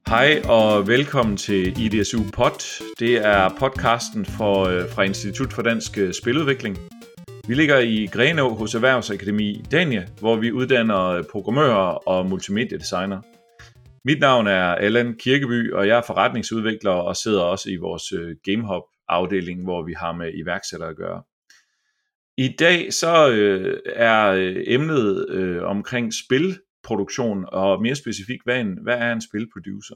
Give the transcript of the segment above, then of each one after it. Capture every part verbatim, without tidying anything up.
Hej og velkommen til I D S U Pod. Det er podcasten for, fra Institut for Dansk Spiludvikling. Vi ligger i Grenaa hos Erhvervsakademi Dania, hvor vi uddanner programmører og multimediedesigner. Mit navn er Allan Kirkeby, og jeg er forretningsudvikler og sidder også i vores GameHub-afdeling, hvor vi har med iværksættere at gøre. I dag så øh, er emnet øh, omkring spilproduktion, og mere specifikt, hvad, en, hvad er en spilproducer?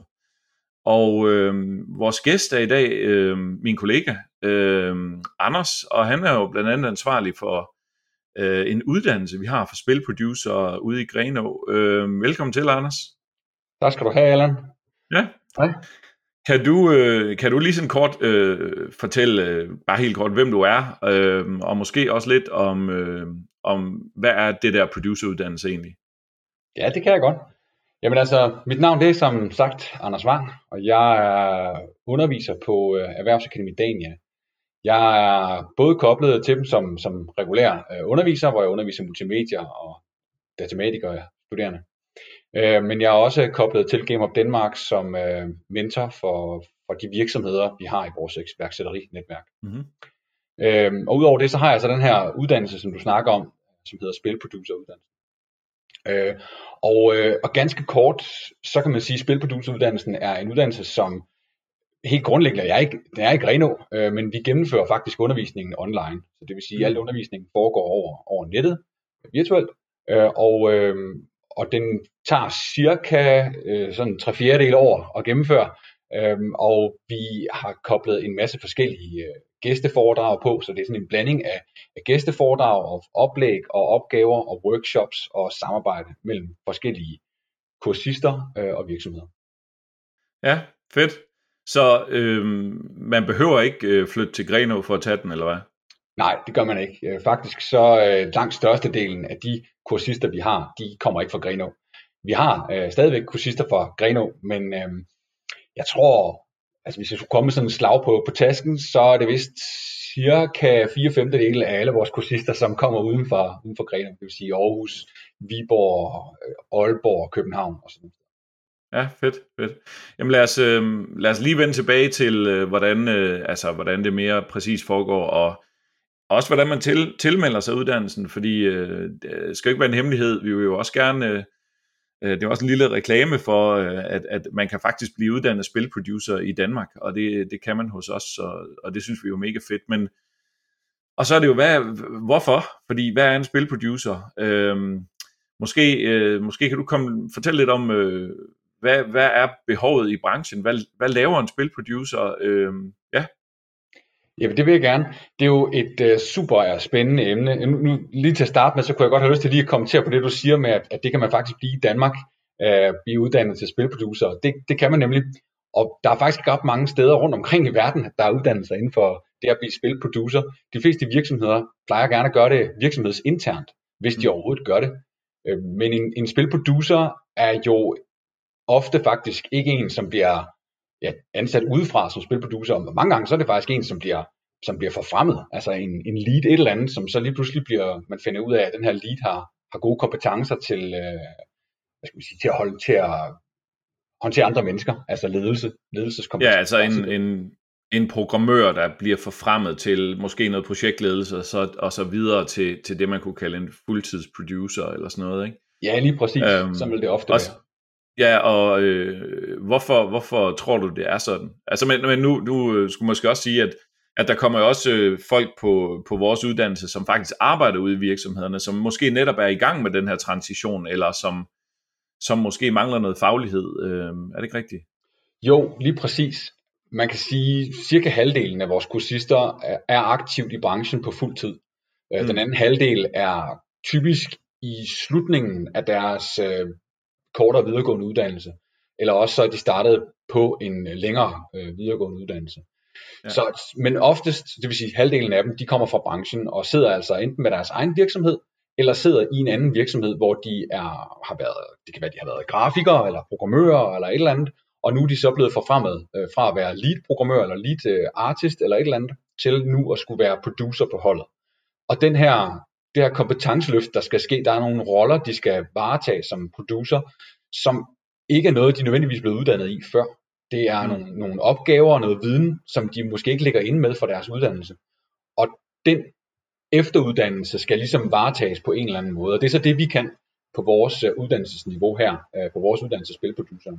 Og øh, vores gæst er i dag øh, min kollega øh, Anders, og han er jo blandt andet ansvarlig for øh, en uddannelse, vi har for spilproducer ude i Grenaa. Øh, velkommen til, Anders. Tak skal du have, Allan. Ja. Hej. Kan du, øh, kan du lige sådan kort øh, fortælle, øh, bare helt kort, hvem du er, øh, og måske også lidt om, øh, om, hvad er det der produceruddannelse egentlig? Ja, det kan jeg godt. Jamen altså, mit navn det er som sagt Anders Wang, og jeg er underviser på øh, Erhvervsakademi Dania. Jeg er både koblet til dem som, som regulær øh, underviser, hvor jeg underviser multimedier og datamatikere studerende. Øh, men jeg er også koblet til GameHub Danmark som øh, mentor for, for de virksomheder, vi har i vores iværksætteri-netværk. Mm-hmm. Øh, og udover det, så har jeg altså den her uddannelse, som du snakker om, som hedder spilproduceruddannelse. Øh, og, øh, og ganske kort, så kan man sige, at spilproduceruddannelsen er en uddannelse, som helt grundlæggende, jeg er ikke, den er ikke Grenaa, øh, men vi gennemfører faktisk undervisningen online. Så det vil sige, at al undervisningen foregår over, over nettet, virtuelt, øh, og, øh, og den tager cirka øh, sådan tre fjerdedele år at gennemføre, øh, og vi har koblet en masse forskellige øh, gæsteforedrag på, så det er sådan en blanding af, af gæsteforedrag og oplæg og opgaver og workshops og samarbejde mellem forskellige kursister øh, og virksomheder. Ja, fedt. Så øh, man behøver ikke øh, flytte til Grenaa for at tage den, eller hvad? Nej, det gør man ikke. Faktisk så øh, langt størstedelen af de kursister, vi har, de kommer ikke fra Grenaa. Vi har øh, stadigvæk kursister fra Grenaa, men øh, jeg tror, altså hvis jeg skulle komme med sådan en slag på, på tasken, så er det vist cirka fire femtedele af alle vores kursister, som kommer uden for, uden for Grenaa. Det vil sige Aarhus, Viborg, Aalborg, København og sådan noget. Ja, fedt, fedt. Jamen lad os, øh, lad os lige vende tilbage til, øh, hvordan, øh, altså, hvordan det mere præcis foregår, og også hvordan man til, tilmelder sig uddannelsen, fordi øh, det skal ikke være en hemmelighed. Vi vil jo også gerne, øh, det er også en lille reklame for, øh, at, at man kan faktisk blive uddannet spilproducer i Danmark, og det, det kan man hos os, og, og det synes vi jo mega fedt. Men, og så er det jo, hvad, hvorfor? Fordi hvad er en spilproducer? Øh, måske, øh, måske kan du komme, fortælle lidt om, øh, hvad, hvad er behovet i branchen? Hvad, hvad laver en spilproducer? Øh, ja. Ja, det vil jeg gerne. Det er jo et uh, super spændende emne. Nu, nu, lige til at starte med, så kunne jeg godt have lyst til lige at kommentere på det, du siger med, at, at det kan man faktisk blive i Danmark, uh, blive uddannet til spilproducer. Det, det kan man nemlig. Og der er faktisk ret mange steder rundt omkring i verden, der er uddannelser inden for det at blive spilproducer. De fleste virksomheder plejer gerne at gøre det virksomhedsinternt, hvis de overhovedet gør det. Uh, men en, en spilproducer er jo ofte faktisk ikke en, som bliver ja, ansat udefra som spilproducer, og mange gange så er det faktisk en, som bliver, som bliver forfremmet, altså en, en lead et eller andet, som så lige pludselig bliver, man finder ud af, at den her lead har, har gode kompetencer til, øh, hvad skal man sige, til at holde, til at håndtere andre mennesker, altså ledelse, ledelseskompetencer. Ja, altså en, en, en programmør, der bliver forfremmet til måske noget projektledelse, og så, og så videre til, til det, man kunne kalde en fuldtidsproducer, eller sådan noget, ikke? Ja, lige præcis, øhm, så vil det ofte også, være. Ja, og øh, hvorfor, hvorfor tror du, det er sådan? Altså, men, men nu, nu skulle man måske også sige, at, at der kommer jo også øh, folk på, på vores uddannelse, som faktisk arbejder ude i virksomhederne, som måske netop er i gang med den her transition, eller som, som måske mangler noget faglighed. Øh, er det ikke rigtigt? Jo, lige præcis. Man kan sige, at cirka halvdelen af vores kursister er, er aktivt i branchen på fuld tid. Mm. Den anden halvdel er typisk i slutningen af deres øh, kortere videregående uddannelse, eller også så er de startet på en længere øh, videregående uddannelse. Ja. Så, men oftest, det vil sige halvdelen af dem, de kommer fra branchen og sidder altså enten med deres egen virksomhed, eller sidder i en anden virksomhed, hvor de er, har været, det kan være, de har været grafikere, eller programmører, eller et eller andet, og nu er de så blevet forfremmet øh, fra at være lead programmør, eller lead øh, artist, eller et eller andet, til nu at skulle være producer på holdet. Og den her det her kompetenceløft, der skal ske, der er nogle roller, de skal varetage som producer, som ikke er noget, de nødvendigvis er blevet uddannet i før. Det er mm. nogle, nogle opgaver og noget viden, som de måske ikke ligger inde med for deres uddannelse. Og den efteruddannelse skal ligesom varetages på en eller anden måde. Og det er så det, vi kan på vores uddannelsesniveau her, på vores uddannelse spilproducer.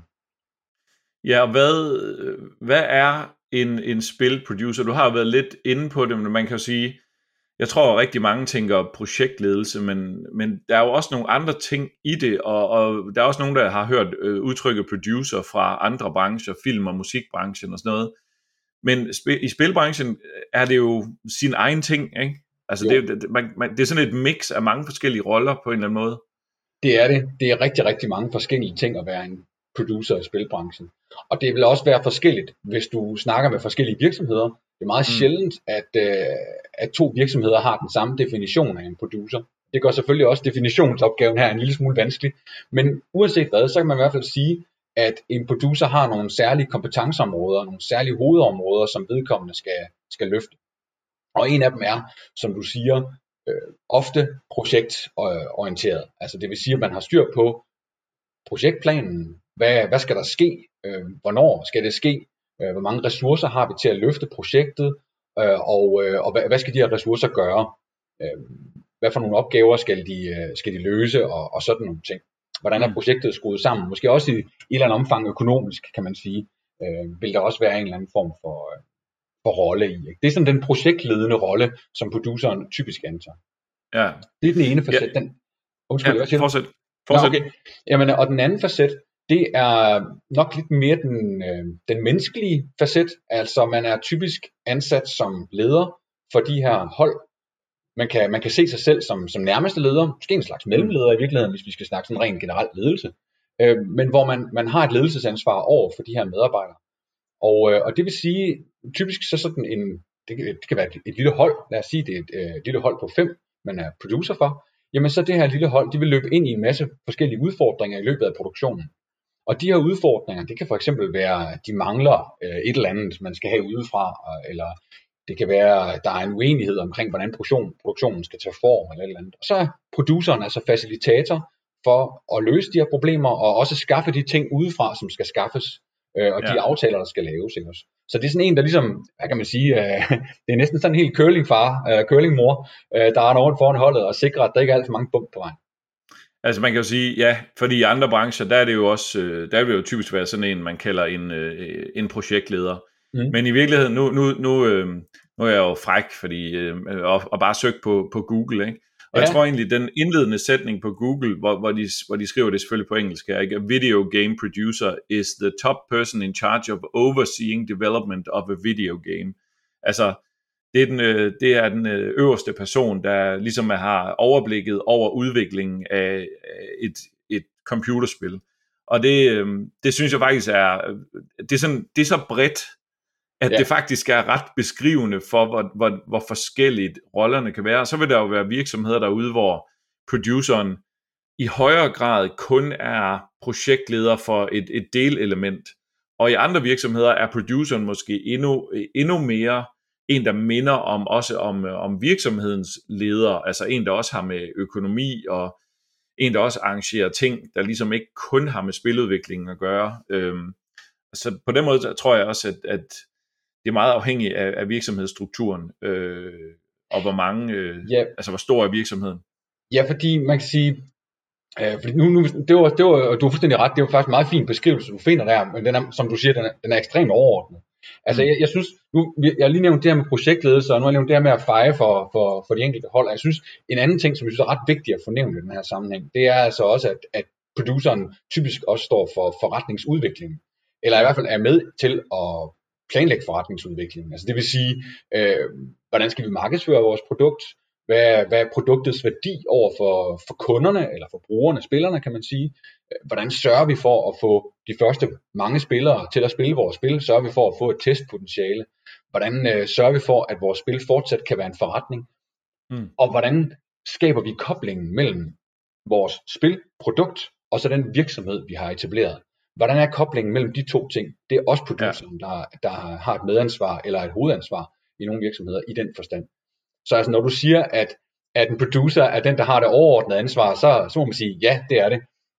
Ja, og hvad, hvad er en, en spilproducer? Du har jo været lidt inde på det, men man kan jo sige, jeg tror at rigtig mange tænker projektledelse, men, men der er jo også nogle andre ting i det, og, og der er også nogen, der har hørt øh, udtrykket producer fra andre brancher, film- og musikbranchen og sådan noget. Men sp- i spilbranchen er det jo sin egen ting, ikke? Altså det, det, man, man, det er sådan et mix af mange forskellige roller på en eller anden måde. Det er det. Det er rigtig, rigtig mange forskellige ting at være en producer i spilbranchen. Og det vil også være forskelligt, hvis du snakker med forskellige virksomheder. Det er meget mm. sjældent, at, øh, at to virksomheder har den samme definition af en producer. Det gør selvfølgelig også definitionsopgaven her en lille smule vanskelig. Men uanset hvad, så kan man i hvert fald sige, at en producer har nogle særlige kompetenceområder, nogle særlige hovedområder, som vedkommende skal, skal løfte. Og en af dem er, som du siger, øh, ofte projektorienteret. Altså det vil sige, at man har styr på projektplanen. Hvad, hvad skal der ske? Øh, hvornår skal det ske? Øh, hvor mange ressourcer har vi til at løfte projektet? Øh, og øh, og hvad, hvad skal de her ressourcer gøre? Øh, hvad for nogle opgaver skal de, øh, skal de løse? Og, og sådan nogle ting. Hvordan er projektet skruet sammen? Måske også i et eller andet omfang økonomisk, kan man sige. Øh, vil der også være en eller anden form for, øh, for rolle i. Ikke? Det er sådan den projektledende rolle, som produceren typisk antager. Ja. Det er den ene facet. Ja. Den, undskyld, ja, hvad siger du? Fortsæt. Fortsæt. Nå, okay. Jamen, og den anden facet, det er nok lidt mere den, øh, den menneskelige facet. Altså, man er typisk ansat som leder for de her hold. Man kan, man kan se sig selv som, som nærmeste leder, måske en slags mellemleder i virkeligheden, hvis vi skal snakke sådan rent generelt ledelse. Øh, men hvor man, man har et ledelsesansvar over for de her medarbejdere. Og, øh, og det vil sige, typisk så sådan en, det, det kan være et, et lille hold, lad os sige, det er et, et lille hold på fem, man er producer for, jamen så det her lille hold, de vil løbe ind i en masse forskellige udfordringer i løbet af produktionen. Og de her udfordringer, det kan for eksempel være, at de mangler øh, et eller andet, man skal have udefra, eller det kan være, at der er en uenighed omkring, hvordan produktion, produktionen skal tage form, eller et eller andet. Og så er produceren altså facilitator for at løse de her problemer, og også skaffe de ting udefra, som skal skaffes, øh, og ja. de aftaler, der skal laves. Ikke også? Så det er sådan en, der ligesom, hvad kan man sige, øh, det er næsten sådan en helt curlingfar, øh, curlingmor, øh, der er nogen foran holdet, og sikrer, at der ikke er alt for mange bump på vejen. Altså man kan jo sige, ja, fordi i andre brancher, der er det jo også, der vil det jo typisk være sådan en, man kalder en, en projektleder. Mm. Men i virkeligheden, nu, nu, nu, nu er jeg jo fræk, fordi, og, og bare søg på, på Google, ikke? Og ja. Jeg tror egentlig, den indledende sætning på Google, hvor, hvor, de, hvor de skriver det selvfølgelig på engelsk her, ikke? A video game producer is the top person in charge of overseeing development of a video game. Altså, det er den, det er den øverste person, der ligesom har overblikket over udviklingen af et, et computerspil. Og det, det synes jeg faktisk er, det er, sådan, det er så bredt, at ja. det faktisk er ret beskrivende for, hvor, hvor, hvor forskelligt rollerne kan være. Og så vil der jo være virksomheder derude, hvor produceren i højere grad kun er projektleder for et, et delelement. Og i andre virksomheder er produceren måske endnu, endnu mere en, der minder om også om, om virksomhedens leder, altså en, der også har med økonomi, og en, der også arrangerer ting, der ligesom ikke kun har med spiludviklingen at gøre. Øhm, så på den måde tror jeg også, at, at det er meget afhængigt af, af virksomhedsstrukturen, øh, og hvor mange, øh, ja. altså hvor stor er virksomheden. Ja, fordi man kan sige, øh, fordi nu, nu, det var, det var, du har fuldstændig ret, det var faktisk en meget fin beskrivelse, du finder der, men den er, som du siger, den er, den er ekstremt overordnet. Altså jeg, jeg synes, nu, jeg har lige nævnt det her med projektledelse, og nu har jeg nævnt det her med at feje for, for, for de enkelte hold, og jeg synes, en anden ting, som jeg synes er ret vigtigt at fornævne i den her sammenhæng, det er altså også, at, at produceren typisk også står for forretningsudvikling, eller i hvert fald er med til at planlægge forretningsudviklingen. Altså det vil sige, øh, hvordan skal vi markedsføre vores produkt, hvad, hvad er produktets værdi over for, for kunderne, eller for brugerne, spillerne kan man sige. Hvordan sørger vi for at få de første mange spillere til at spille vores spil? Sørger vi for at få et testpotentiale? Hvordan øh, sørger vi for, at vores spil fortsat kan være en forretning? Mm. Og hvordan skaber vi koblingen mellem vores spilprodukt og så den virksomhed, vi har etableret? Hvordan er koblingen mellem de to ting? Det er også produceren, ja. der, der har et medansvar eller et hovedansvar i nogle virksomheder i den forstand. Så altså, når du siger, at, at en producer er den, der har det overordnede ansvar, så, så må man sige, ja, det er det.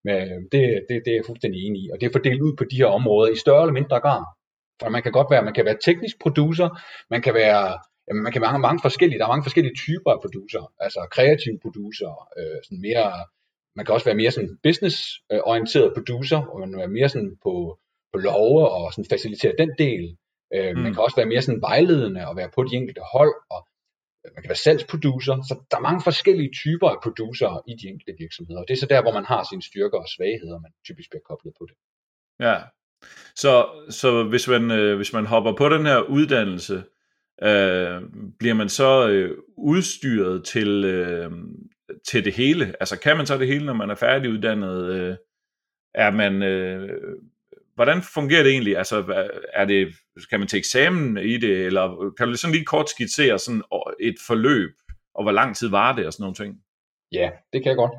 Men det, det, det er jeg fuldstændig enig i, og det er fordelt ud på de her områder i større eller mindre grad. For man kan godt være, man kan være teknisk producer, man kan være, jamen man kan være mange, mange forskellige, der er mange forskellige typer af producer, altså kreative producer, øh, sådan mere, man kan også være mere sådan business-orienteret producer, og man kan være mere sådan på, på love og sådan facilitere den del. Øh, mm. Man kan også være mere sådan vejledende og være på de enkelte hold, og man kan være salgsproducer, så der er mange forskellige typer af producer i de enkelte virksomheder, og det er så der, hvor man har sine styrker og svagheder, man typisk bliver koblet på det. Ja, så, så hvis, man, øh, hvis man hopper på den her uddannelse, øh, bliver man så øh, udstyret til, øh, til det hele? Altså kan man så det hele, når man er færdiguddannet? Øh, er man... Øh, Hvordan fungerer det egentlig? Altså, er det, kan man tage eksamen i det, eller kan du sådan lige kort skitsere sådan et forløb, og hvor lang tid var det, og sådan nogle ting? Ja, det kan jeg godt.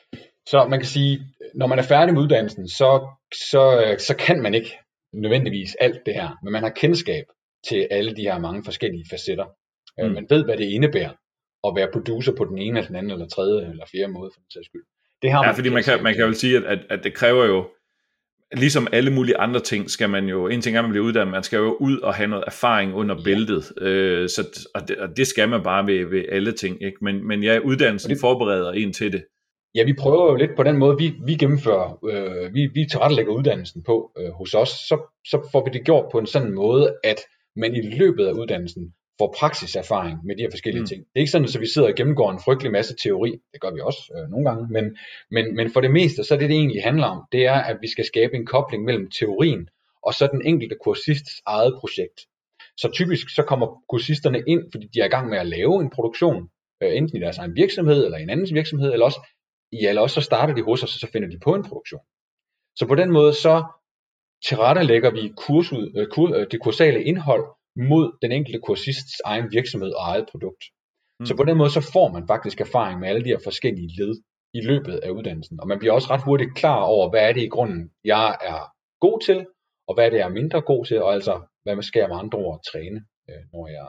Så man kan sige, når man er færdig med uddannelsen, så, så, så kan man ikke nødvendigvis alt det her, men man har kendskab til alle de her mange forskellige facetter. Mm. Man ved, hvad det indebærer at være producer på den ene, eller den anden, eller tredje, eller fjerde måde, for den sags skyld. Det har man ja, fordi man kan, man kan jo sige, at, at, at det kræver jo, ligesom alle mulige andre ting, skal man jo, en ting er, man bliver uddannet, man skal jo ud og have noget erfaring under ja. bæltet, øh, så, og, det, og det skal man bare ved, ved alle ting, ikke? Men, men ja, uddannelsen det, forbereder en til det. Ja, vi prøver jo lidt på den måde, vi, vi gennemfører, øh, vi, vi tilrettelægger uddannelsen på øh, hos os, så, så får vi det gjort på en sådan måde, at man i løbet af uddannelsen får praksiserfaring med de her forskellige mm. ting. Det er ikke sådan, at vi sidder og gennemgår en frygtelig masse teori, det gør vi også øh, nogle gange, men, men, men for det meste, så er det, det egentlig handler om, det er, at vi skal skabe en kobling mellem teorien og så den enkelte kursists eget projekt. Så typisk så kommer kursisterne ind, fordi de er i gang med at lave en produktion, øh, enten i deres egen virksomhed eller i en andens virksomhed, eller også, ja, eller også så starter de hos os, og så finder de på en produktion. Så på den måde så tilrettelægger vi kursus, øh, kur, øh, det kursale indhold mod den enkelte kursists egen virksomhed og eget produkt. Mm. Så på den måde så får man faktisk erfaring med alle de her forskellige led i løbet af uddannelsen. Og man bliver også ret hurtigt klar over, hvad er det i grunden, jeg er god til, og hvad er det, jeg er mindre god til, og altså, hvad skal jeg med andre ord træne, når jeg,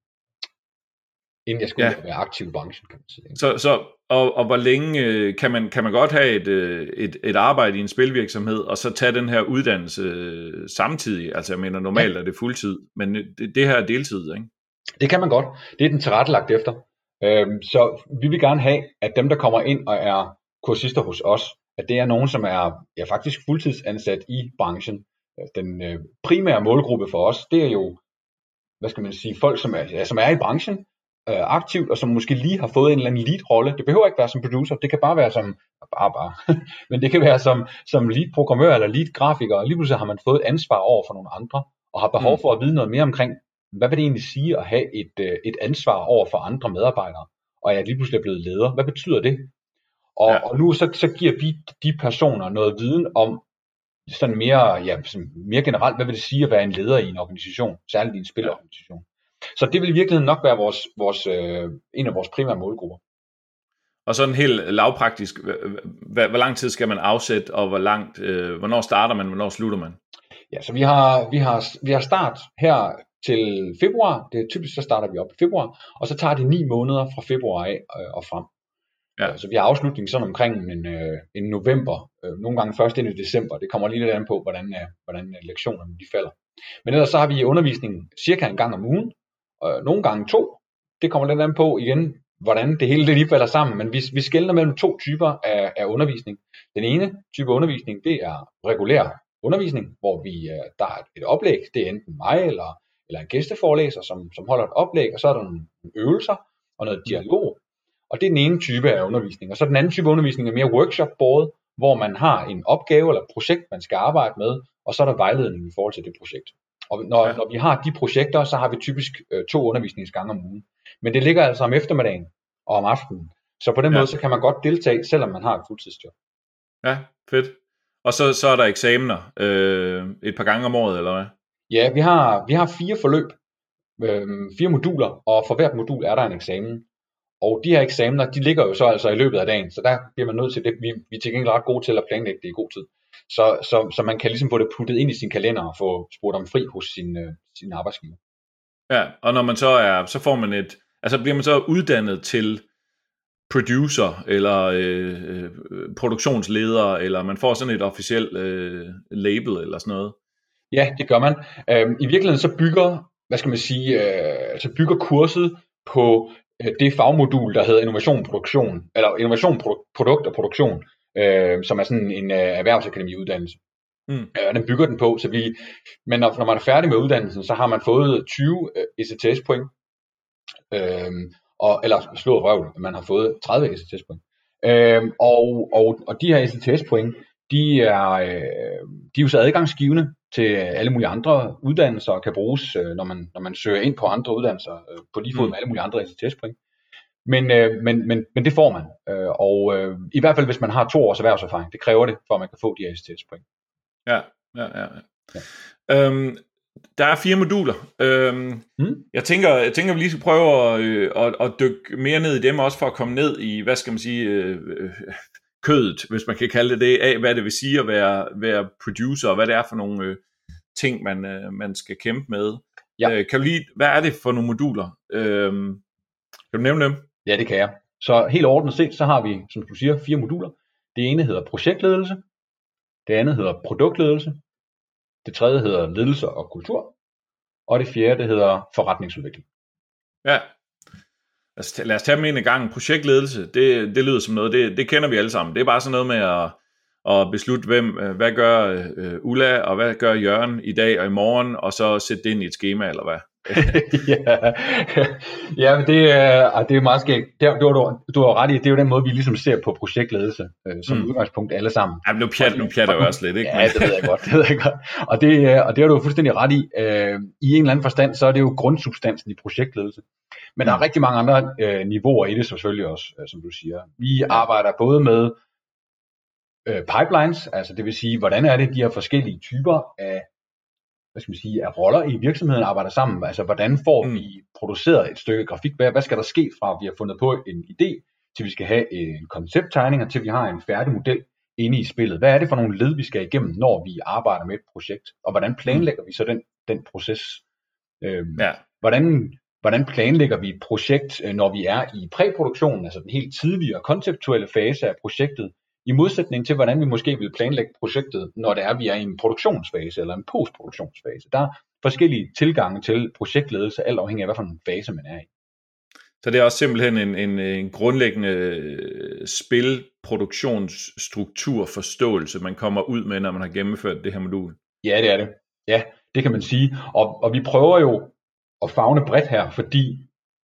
inden jeg skulle ja. være aktiv i branchen, kan man sige. Så, så og, og hvor længe kan man, kan man godt have et, et, et arbejde i en spilvirksomhed, og så tage den her uddannelse samtidig? Altså jeg mener, normalt ja. er det fuldtid, men det, det her er deltid, ikke? Det kan man godt. Det er den tilrettelagt efter. Øhm, så vi vil gerne have, at dem, der kommer ind og er kursister hos os, at det er nogen, som er ja, faktisk fuldtidsansat i branchen. Den øh, primære målgruppe for os, det er jo, hvad skal man sige, folk, som er, ja, som er i branchen, øh, aktivt, og som måske lige har fået en eller anden lead-rolle. Det behøver ikke være som producer, det kan bare være som, bare bare, men det kan være som, som lead-programmør eller lead-grafiker, og lige pludselig har man fået et ansvar over for nogle andre, og har behov for at vide noget mere omkring, hvad vil det egentlig sige at have et, et ansvar over for andre medarbejdere, og jeg er lige pludselig blevet leder. Hvad betyder det? Og, ja. og nu så, så giver vi de personer noget viden om, sådan mere, ja, sådan mere generelt, hvad vil det sige at være en leder i en organisation, særligt i en spilorganisation. Så det vil i virkeligheden nok være vores, vores, øh, en af vores primære målgrupper. Og sådan helt lavpraktisk, hvor, hvor lang tid skal man afsætte, og hvor langt, øh, hvornår starter man, hvornår slutter man? Ja, så vi har, vi har, vi har start her til februar, det er typisk, så starter vi op i februar, og så tager det ni måneder fra februar af øh, og frem. Ja. Så vi har afslutning sådan omkring en, øh, en november, øh, nogle gange først ind i december. Det kommer lige lidt an på, hvordan, øh, hvordan lektionerne de falder. Men ellers så har vi undervisning cirka en gang om ugen, øh, nogle gange to. Det kommer lidt an på igen, hvordan det hele det lige falder sammen. Men vi, vi skelner mellem to typer af, af undervisning. Den ene type undervisning, det er regulær undervisning, hvor vi, øh, der er et oplæg. Det er enten mig eller, eller en gæsteforelæser, som, som holder et oplæg, og så er der nogle øvelser og noget dialog. Og det er den ene type af undervisning. Og så den anden type undervisning er mere workshop-båret, hvor man har en opgave eller et projekt, man skal arbejde med, og så er der vejledning i forhold til det projekt. Og når, ja. når vi har de projekter, så har vi typisk øh, to undervisningsgange om ugen. Men det ligger altså om eftermiddagen og om aftenen. Så på den ja. måde, så kan man godt deltage, selvom man har et fuldtidsjob. Ja, fedt. Og så, så er der eksamener øh, et par gange om året, eller hvad? Ja, vi har, vi har fire forløb, øh, fire moduler, og for hvert modul er der en eksamen. Og de her eksamener, de ligger jo så altså i løbet af dagen, så der bliver man nødt til det. Vi, vi er til gengæld ret gode til at planlægge det i god tid. Så, så, så man kan ligesom få det puttet ind i sin kalender og få spurgt om fri hos sin, øh, sin arbejdsgiver. Ja, og når man så er, så får man et, altså bliver man så uddannet til producer, eller øh, produktionsleder, eller man får sådan et officielt øh, label, eller sådan noget. Ja, det gør man. Øhm, I virkeligheden så bygger, hvad skal man sige, øh, så bygger kurset på øh, det fagmodul, der hedder innovation, produktion, eller innovation, produ- produkt og produktion, øh, som er sådan en øh, erhvervsakademiuddannelse. Mm. Øh, den bygger den på, så vi, men når, når man er færdig med uddannelsen, så har man fået tyve øh, E C T S-point, øh, og, eller slået røv, man har fået tredive E C T S-point. Øh, og, og, og de her E C T S-point, de er, øh, de er jo så adgangsgivende til alle mulige andre uddannelser, og kan bruges, øh, når, man, når man søger ind på andre uddannelser, øh, på lige fod med alle mulige andre E C T S-point. Men, øh, men, men, men det får man, øh, og øh, i hvert fald hvis man har to års erhvervserfaring, det kræver det, for at man kan få de her E C T S-point. Ja, ja, ja. ja. Øhm, der er fire moduler. Øhm, mm. jeg, tænker, jeg tænker, vi lige skal prøve at, øh, at, at dykke mere ned i dem, også for at komme ned i, hvad skal man sige, øh, øh, kødet, hvis man kan kalde det det, af hvad det vil sige at være, være producer, og hvad det er for nogle øh, ting, man, øh, man skal kæmpe med. Ja. Øh, kan du lige, hvad er det for nogle moduler? Øh, kan du nævne dem? Ja, det kan jeg. Så helt overordnet set, så har vi, som du siger, fire moduler. Det ene hedder projektledelse, det andet hedder produktledelse, det tredje hedder ledelse og kultur, og det fjerde, det hedder forretningsudvikling. Ja. Altså, lad os tage dem ind i gang. Projektledelse, det, det lyder som noget, det, det kender vi alle sammen. Det er bare sådan noget med at, at beslutte, hvem, hvad gør uh, Ulla, og hvad gør Jørgen i dag og i morgen, og så sætte det ind i et skema, eller hvad? ja, ja, men det er, det er meget skægt. Det, det var, du, du har ret i, det er jo den måde, vi ligesom ser på projektledelse, øh, som mm. udgangspunkt alle sammen. Ja, men nu pjatter nu pjat jeg også lidt, ikke? Ja, det ved jeg godt, det ved jeg godt. Og det, og det har du fuldstændig ret i. Øh, I en eller anden forstand, så er det jo grundsubstansen i projektledelse. Men der er rigtig mange andre øh, niveauer i det selvfølgelig også, øh, som du siger. Vi arbejder både med øh, pipelines, altså det vil sige, hvordan er det, de her forskellige typer af, hvad skal man sige, af roller i virksomheden arbejder sammen. Altså hvordan får mm. vi produceret et stykke grafik? Hvad, hvad skal der ske fra, at vi har fundet på en idé, til vi skal have en koncepttegning, og til vi har en færdig model inde i spillet? Hvad er det for nogle led, vi skal igennem, når vi arbejder med et projekt? Og hvordan planlægger vi så den, den proces? Øhm, ja. Hvordan... Hvordan planlægger vi et projekt, når vi er i præproduktionen, altså den helt tidlige og konceptuelle fase af projektet, i modsætning til, hvordan vi måske vil planlægge projektet, når det er, vi er i en produktionsfase eller en postproduktionsfase. Der er forskellige tilgange til projektledelse, alt afhængig af, hvad for en fase man er i. Så det er også simpelthen en, en, en grundlæggende spilproduktionsstrukturforståelse, man kommer ud med, når man har gennemført det her modul. Ja, det er det. Ja, det kan man sige. Og, og vi prøver jo at favne bredt her, fordi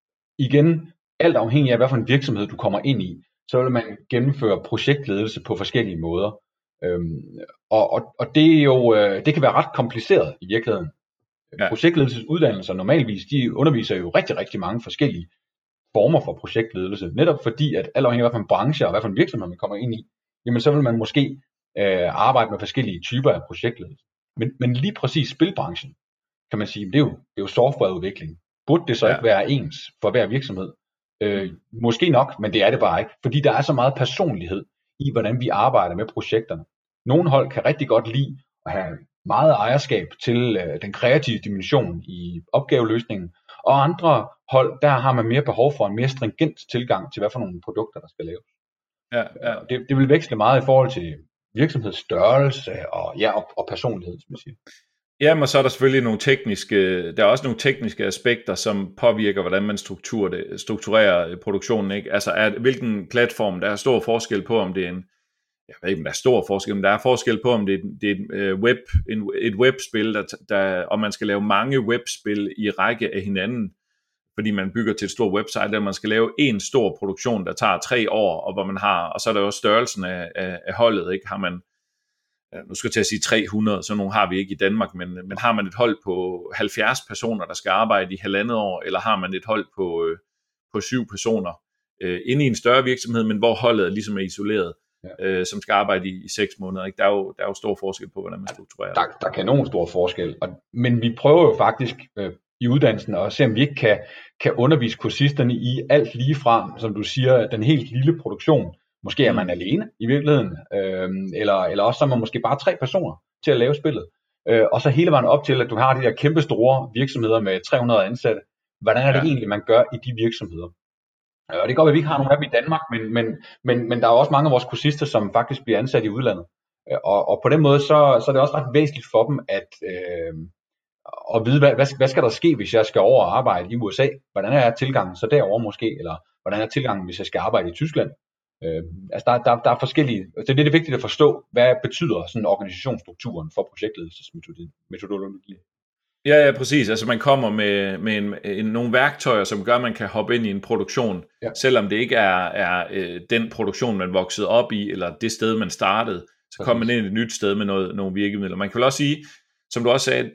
igen, alt afhængig af, hvad for en virksomhed du kommer ind i, så vil man gennemføre projektledelse på forskellige måder. Øhm, og, og, og det er jo, øh, det kan være ret kompliceret i virkeligheden. Ja. Projektledelsesuddannelser normalvis, de underviser jo rigtig, rigtig mange forskellige former for projektledelse, netop fordi, at alt afhængig af, hvad for en branche og hvad for en virksomhed man kommer ind i, jamen så vil man måske øh, arbejde med forskellige typer af projektledelse. Men, men lige præcis spilbranchen, kan man sige, det er jo, det er jo softwareudvikling. Burde det så ja. ikke være ens for hver virksomhed? Øh, måske nok, men det er det bare ikke, fordi der er så meget personlighed i, hvordan vi arbejder med projekterne. Nogle hold kan rigtig godt lide at have meget ejerskab til øh, den kreative dimension i opgaveløsningen, og andre hold, der har man mere behov for en mere stringent tilgang til, hvad for nogle produkter, der skal laves. Ja, ja. Det, det vil veksle meget i forhold til virksomhedsstørrelse og, ja, og, og personlighed, som jeg siger. Jamen, og så er der selvfølgelig nogle tekniske, der er også nogle tekniske aspekter, som påvirker, hvordan man strukturerer, strukturerer produktionen, ikke? Altså, er, hvilken platform, der er stor forskel på, om det er en, jeg ved ikke, om der er stor forskel, men der er forskel på, om det er, det er et, web, en, et webspil, der, der, og man skal lave mange webspil i række af hinanden, fordi man bygger til et stort website, eller man skal lave en stor produktion, der tager tre år, og hvor man har, og så er der jo størrelsen af, af, af holdet, ikke? Har man, nu skal jeg til at sige tre hundrede, så nogle har vi ikke i Danmark, men, men har man et hold på halvfjerds personer, der skal arbejde i halvandet år, eller har man et hold på, øh, på syv personer øh, inde i en større virksomhed, men hvor holdet ligesom er isoleret, ja. øh, som skal arbejde i, i seks måneder. Ikke? Der, er jo, der er jo stor forskel på, hvordan man strukturerer der, der kan nogen stor forskel, og, men vi prøver jo faktisk øh, i uddannelsen at se, om vi ikke kan, kan undervise kursisterne i alt lige fra, som du siger, den helt lille produktion. Måske er man mm. alene i virkeligheden, øh, eller, eller også så er man måske bare tre personer til at lave spillet. Øh, og så hele vejen op til, at du har de der kæmpe store virksomheder med tre hundrede ansatte. Hvordan er det ja. egentlig, man gør i de virksomheder? Og det går, at vi ikke har nogen af dem i Danmark, men, men, men, men der er også mange af vores kursister, som faktisk bliver ansat i udlandet. Og, og på den måde, så, så er det også ret væsentligt for dem, at, øh, at vide, hvad, hvad, hvad skal der ske, hvis jeg skal over og arbejde i U S A? Hvordan er tilgangen så derover måske? Eller hvordan er tilgangen, hvis jeg skal arbejde i Tyskland? Øh, altså der, der, der er forskellige, det er lidt vigtigt at forstå, hvad betyder sådan organisationsstrukturen for projektledelsesmetodologi. Ja, ja, præcis. Altså man kommer med, med en, en, nogle værktøjer, som gør, at man kan hoppe ind i en produktion, ja. Selvom det ikke er, er øh, den produktion, man voksede op i, eller det sted, man startede, så kommer man ind i et nyt sted med noget, nogle virkemidler. Man kan vel også sige, som du også sagde,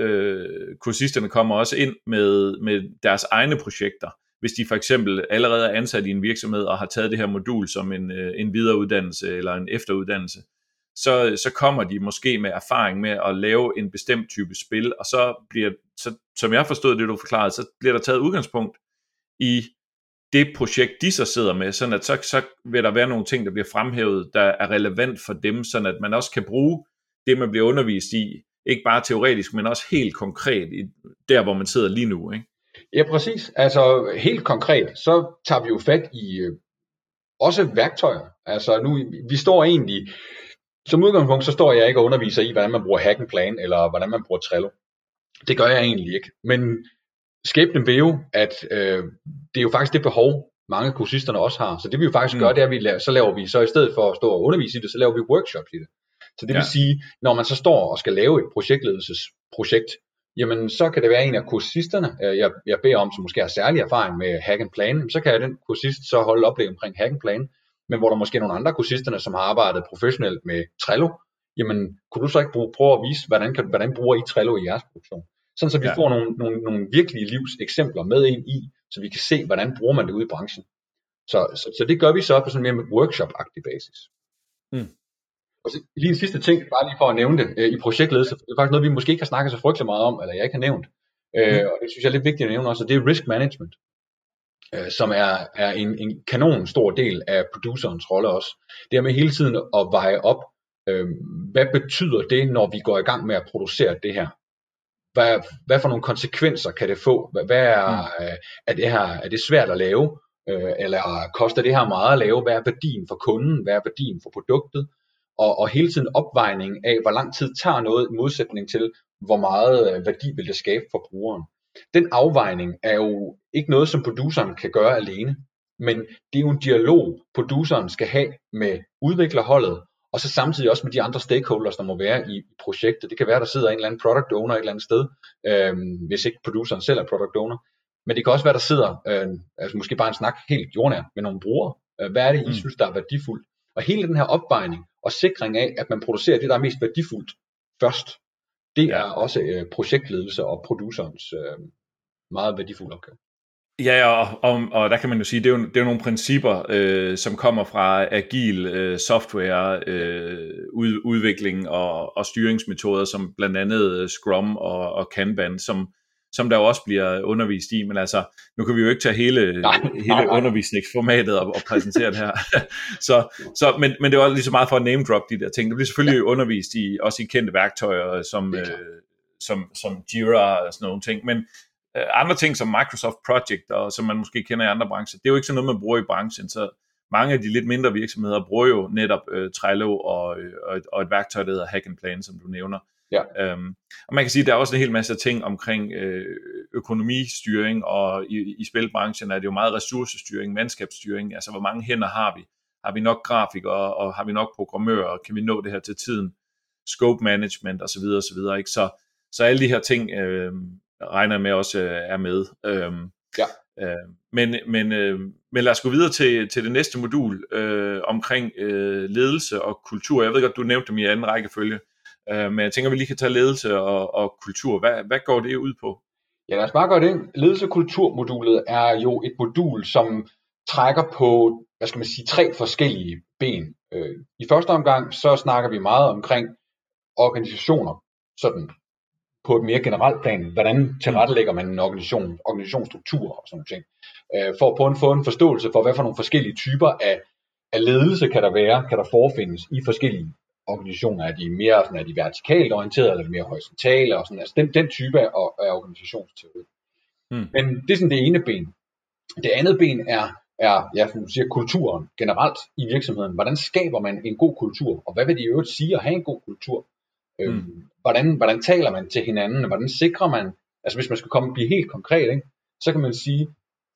øh, kursisterne kommer også ind med, med deres egne projekter. Hvis de for eksempel allerede er ansat i en virksomhed og har taget det her modul som en, en videreuddannelse eller en efteruddannelse, så, så kommer de måske med erfaring med at lave en bestemt type spil, og så bliver, så, som jeg forstod det, du forklarede, så bliver der taget udgangspunkt i det projekt, de så sidder med, sådan at så, så vil der være nogle ting, der bliver fremhævet, der er relevant for dem, sådan at man også kan bruge det, man bliver undervist i, ikke bare teoretisk, men også helt konkret, i, der hvor man sidder lige nu, ikke? Ja, præcis. Altså helt konkret, så tager vi jo fat i øh, også værktøjer. Altså nu, vi står egentlig, som udgangspunkt, så står jeg ikke og underviser i, hvordan man bruger Hack and Plan, eller hvordan man bruger Trello. Det gør jeg egentlig ikke. Men skæbnen vil jo, at øh, det er jo faktisk det behov, mange af kursisterne også har. Så det vi jo faktisk mm. gør, det er, at vi laver, så laver vi, så i stedet for at stå og undervise i det, så laver vi workshops i det. Så det ja. vil sige, når man så står og skal lave et projektledelsesprojekt, jamen så kan det være en af kursisterne, jeg, jeg beder om, som måske har særlig erfaring med Hack and Plan, så kan den kursist så holde oplæg omkring Hack and Plan, men hvor der måske er nogle andre kursisterne, som har arbejdet professionelt med Trello, jamen kunne du så ikke bruge, prøve at vise, hvordan, kan, hvordan bruger I Trello i jeres produktion? Sådan så vi ja. får nogle, nogle, nogle virkelige livs eksempler med ind i, så vi kan se, hvordan bruger man det ude i branchen. Så, så, så det gør vi så på sådan mere med workshop-agtig basis. Mm. Og så lige en sidste ting, bare lige for at nævne det, øh, i projektledelse, det er faktisk noget, vi måske ikke har snakket så frygtelig meget om, eller jeg ikke har nævnt, øh, mm. og det synes jeg er lidt vigtigt at nævne også, og det er risk management, øh, som er, er en, en kanon stor del af producerens rolle også. Det er med hele tiden at veje op, øh, hvad betyder det, når vi går i gang med at producere det her? Hvad, hvad for nogle konsekvenser kan det få? Hvad, hvad er, mm. øh, er, det her, er det svært at lave? Øh, eller koster det her meget at lave? Hvad er værdien for kunden? Hvad er værdien for produktet? Og, og hele tiden opvejning af, hvor lang tid tager noget i modsætning til, hvor meget værdi vil det skabe for brugeren. Den afvejning er jo ikke noget, som produceren kan gøre alene, men det er jo en dialog, produceren skal have med udviklerholdet, og så samtidig også med de andre stakeholders, der må være i projektet. Det kan være, der sidder en eller anden product owner et eller andet sted, øh, hvis ikke produceren selv er product owner. Men det kan også være, der sidder, øh, altså måske bare en snak helt jordnær med nogle brugere. Øh, hvad er det, I mm. synes, der er værdifuldt? Og hele den her opvejning og sikring af, at man producerer det, der er mest værdifuldt først, det ja. er også øh, projektledelse og producerens øh, meget værdifulde opgave. Ja, og, og, og der kan man jo sige, det er jo, det er jo nogle principper, øh, som kommer fra agil øh, software, øh, ud, udvikling og, og styringsmetoder, som blandt andet Scrum og, og Kanban, som, som der jo også bliver undervist i, men altså, nu kan vi jo ikke tage hele, nej, hele nej, nej. undervisningsformatet og, og præsentere det her. så, så, men, men det var lige så meget for at name drop de der ting. Det bliver selvfølgelig ja. undervist i, også i kendte værktøjer, som, øh, som, som Jira og sådan nogle ting, men øh, andre ting som Microsoft Project, og som man måske kender i andre brancher, det er jo ikke sådan noget, man bruger i branchen, så mange af de lidt mindre virksomheder bruger jo netop øh, Trello og, øh, og, et, og et værktøj, der hedder Hack and Plan, som du nævner. Ja. Øhm, og man kan sige, at der er også en hel masse ting omkring øh, økonomistyring, og i, i spilbranchen er det jo meget ressourcestyring, mandskabsstyring, altså hvor mange hænder har vi? Har vi nok grafikere, og, og har vi nok programmører, og kan vi nå det her til tiden? Scope management osv. osv. Ikke? Så, så alle de her ting øh, regner jeg med også øh, er med. Øhm, ja. øh, men, men, øh, men lad os gå videre til, til det næste modul øh, omkring øh, ledelse og kultur. Jeg ved godt, du nævnte dem i anden rækkefølge. Uh, men jeg tænker, vi lige kan tage ledelse og, og kultur. Hvad, hvad går det ud på? Ja, lad os bare gøre det. Ledelse- og kulturmodulet er jo et modul, som trækker på, hvad skal man sige, tre forskellige ben. Uh, I første omgang, så snakker vi meget omkring organisationer, sådan på et mere generelt plan. Hvordan tilrettelægger man en organisation, organisationsstruktur og sådan noget. Uh, for at på en, få en forståelse for, hvad for nogle forskellige typer af, af ledelse kan der være, kan der forefindes i forskellige organisationer. Er de mere sådan, er de vertikalt orienterede, eller er de mere horisontale, og sådan, altså den, den type af, af organisationsteori. Hmm. Men det er sådan det ene ben. Det andet ben er er, ja, som du siger, kulturen generelt i virksomheden. Hvordan skaber man en god kultur? Og hvad vil det i øvrigt sige at have en god kultur? Mm. Øhm, hvordan, hvordan taler man til hinanden? Hvordan sikrer man, altså hvis man skal komme og blive helt konkret, ikke, så kan man sige,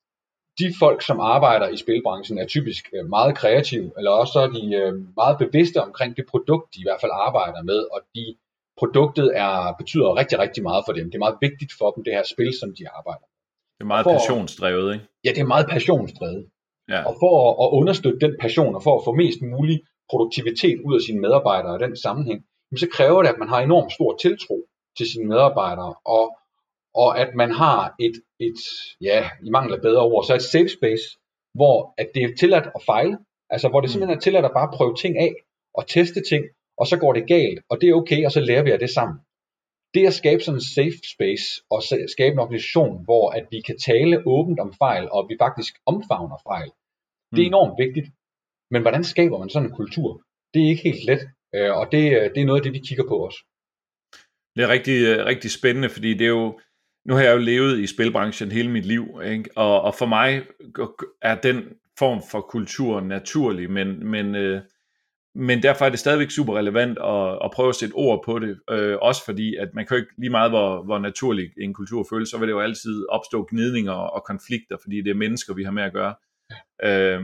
de folk, som arbejder i spilbranchen, er typisk øh, meget kreative, eller også så er de øh, meget bevidste omkring det produkt, de i hvert fald arbejder med, og de produktet er, betyder rigtig, rigtig meget for dem. Det er meget vigtigt for dem, det her spil, som de arbejder med. Det er meget for, passionsdrevet, ikke? Ja, det er meget passionsdrevet. Ja. Og for at, at understøtte den passion, og for at få mest mulig produktivitet ud af sine medarbejdere i den sammenhæng, så kræver det, at man har enormt stor tiltro til sine medarbejdere, og, og at man har et, et, ja, i mangel af bedre ord, så et safe space, hvor at det er tilladt at fejle, altså hvor det simpelthen er tilladt at bare prøve ting af, og teste ting, og så går det galt, og det er okay, og så lærer vi af det sammen. Det at skabe sådan en safe space, og skabe en organisation, hvor at vi kan tale åbent om fejl, og vi faktisk omfavner fejl, det er enormt vigtigt. Men hvordan skaber man sådan en kultur? Det er ikke helt let, og det, det er noget af det, vi kigger på også. Det er rigtig, rigtig spændende, fordi det er jo, nu har jeg jo levet i spilbranchen hele mit liv, ikke? Og, og for mig er den form for kultur naturlig, men, men, øh, men derfor er det stadigvæk super relevant at, at prøve at sætte ord på det, øh, også fordi, at man kan jo ikke lige meget, hvor, hvor naturlig en kultur føles, så vil det jo altid opstå gnidninger og konflikter, fordi det er mennesker, vi har med at gøre. Øh,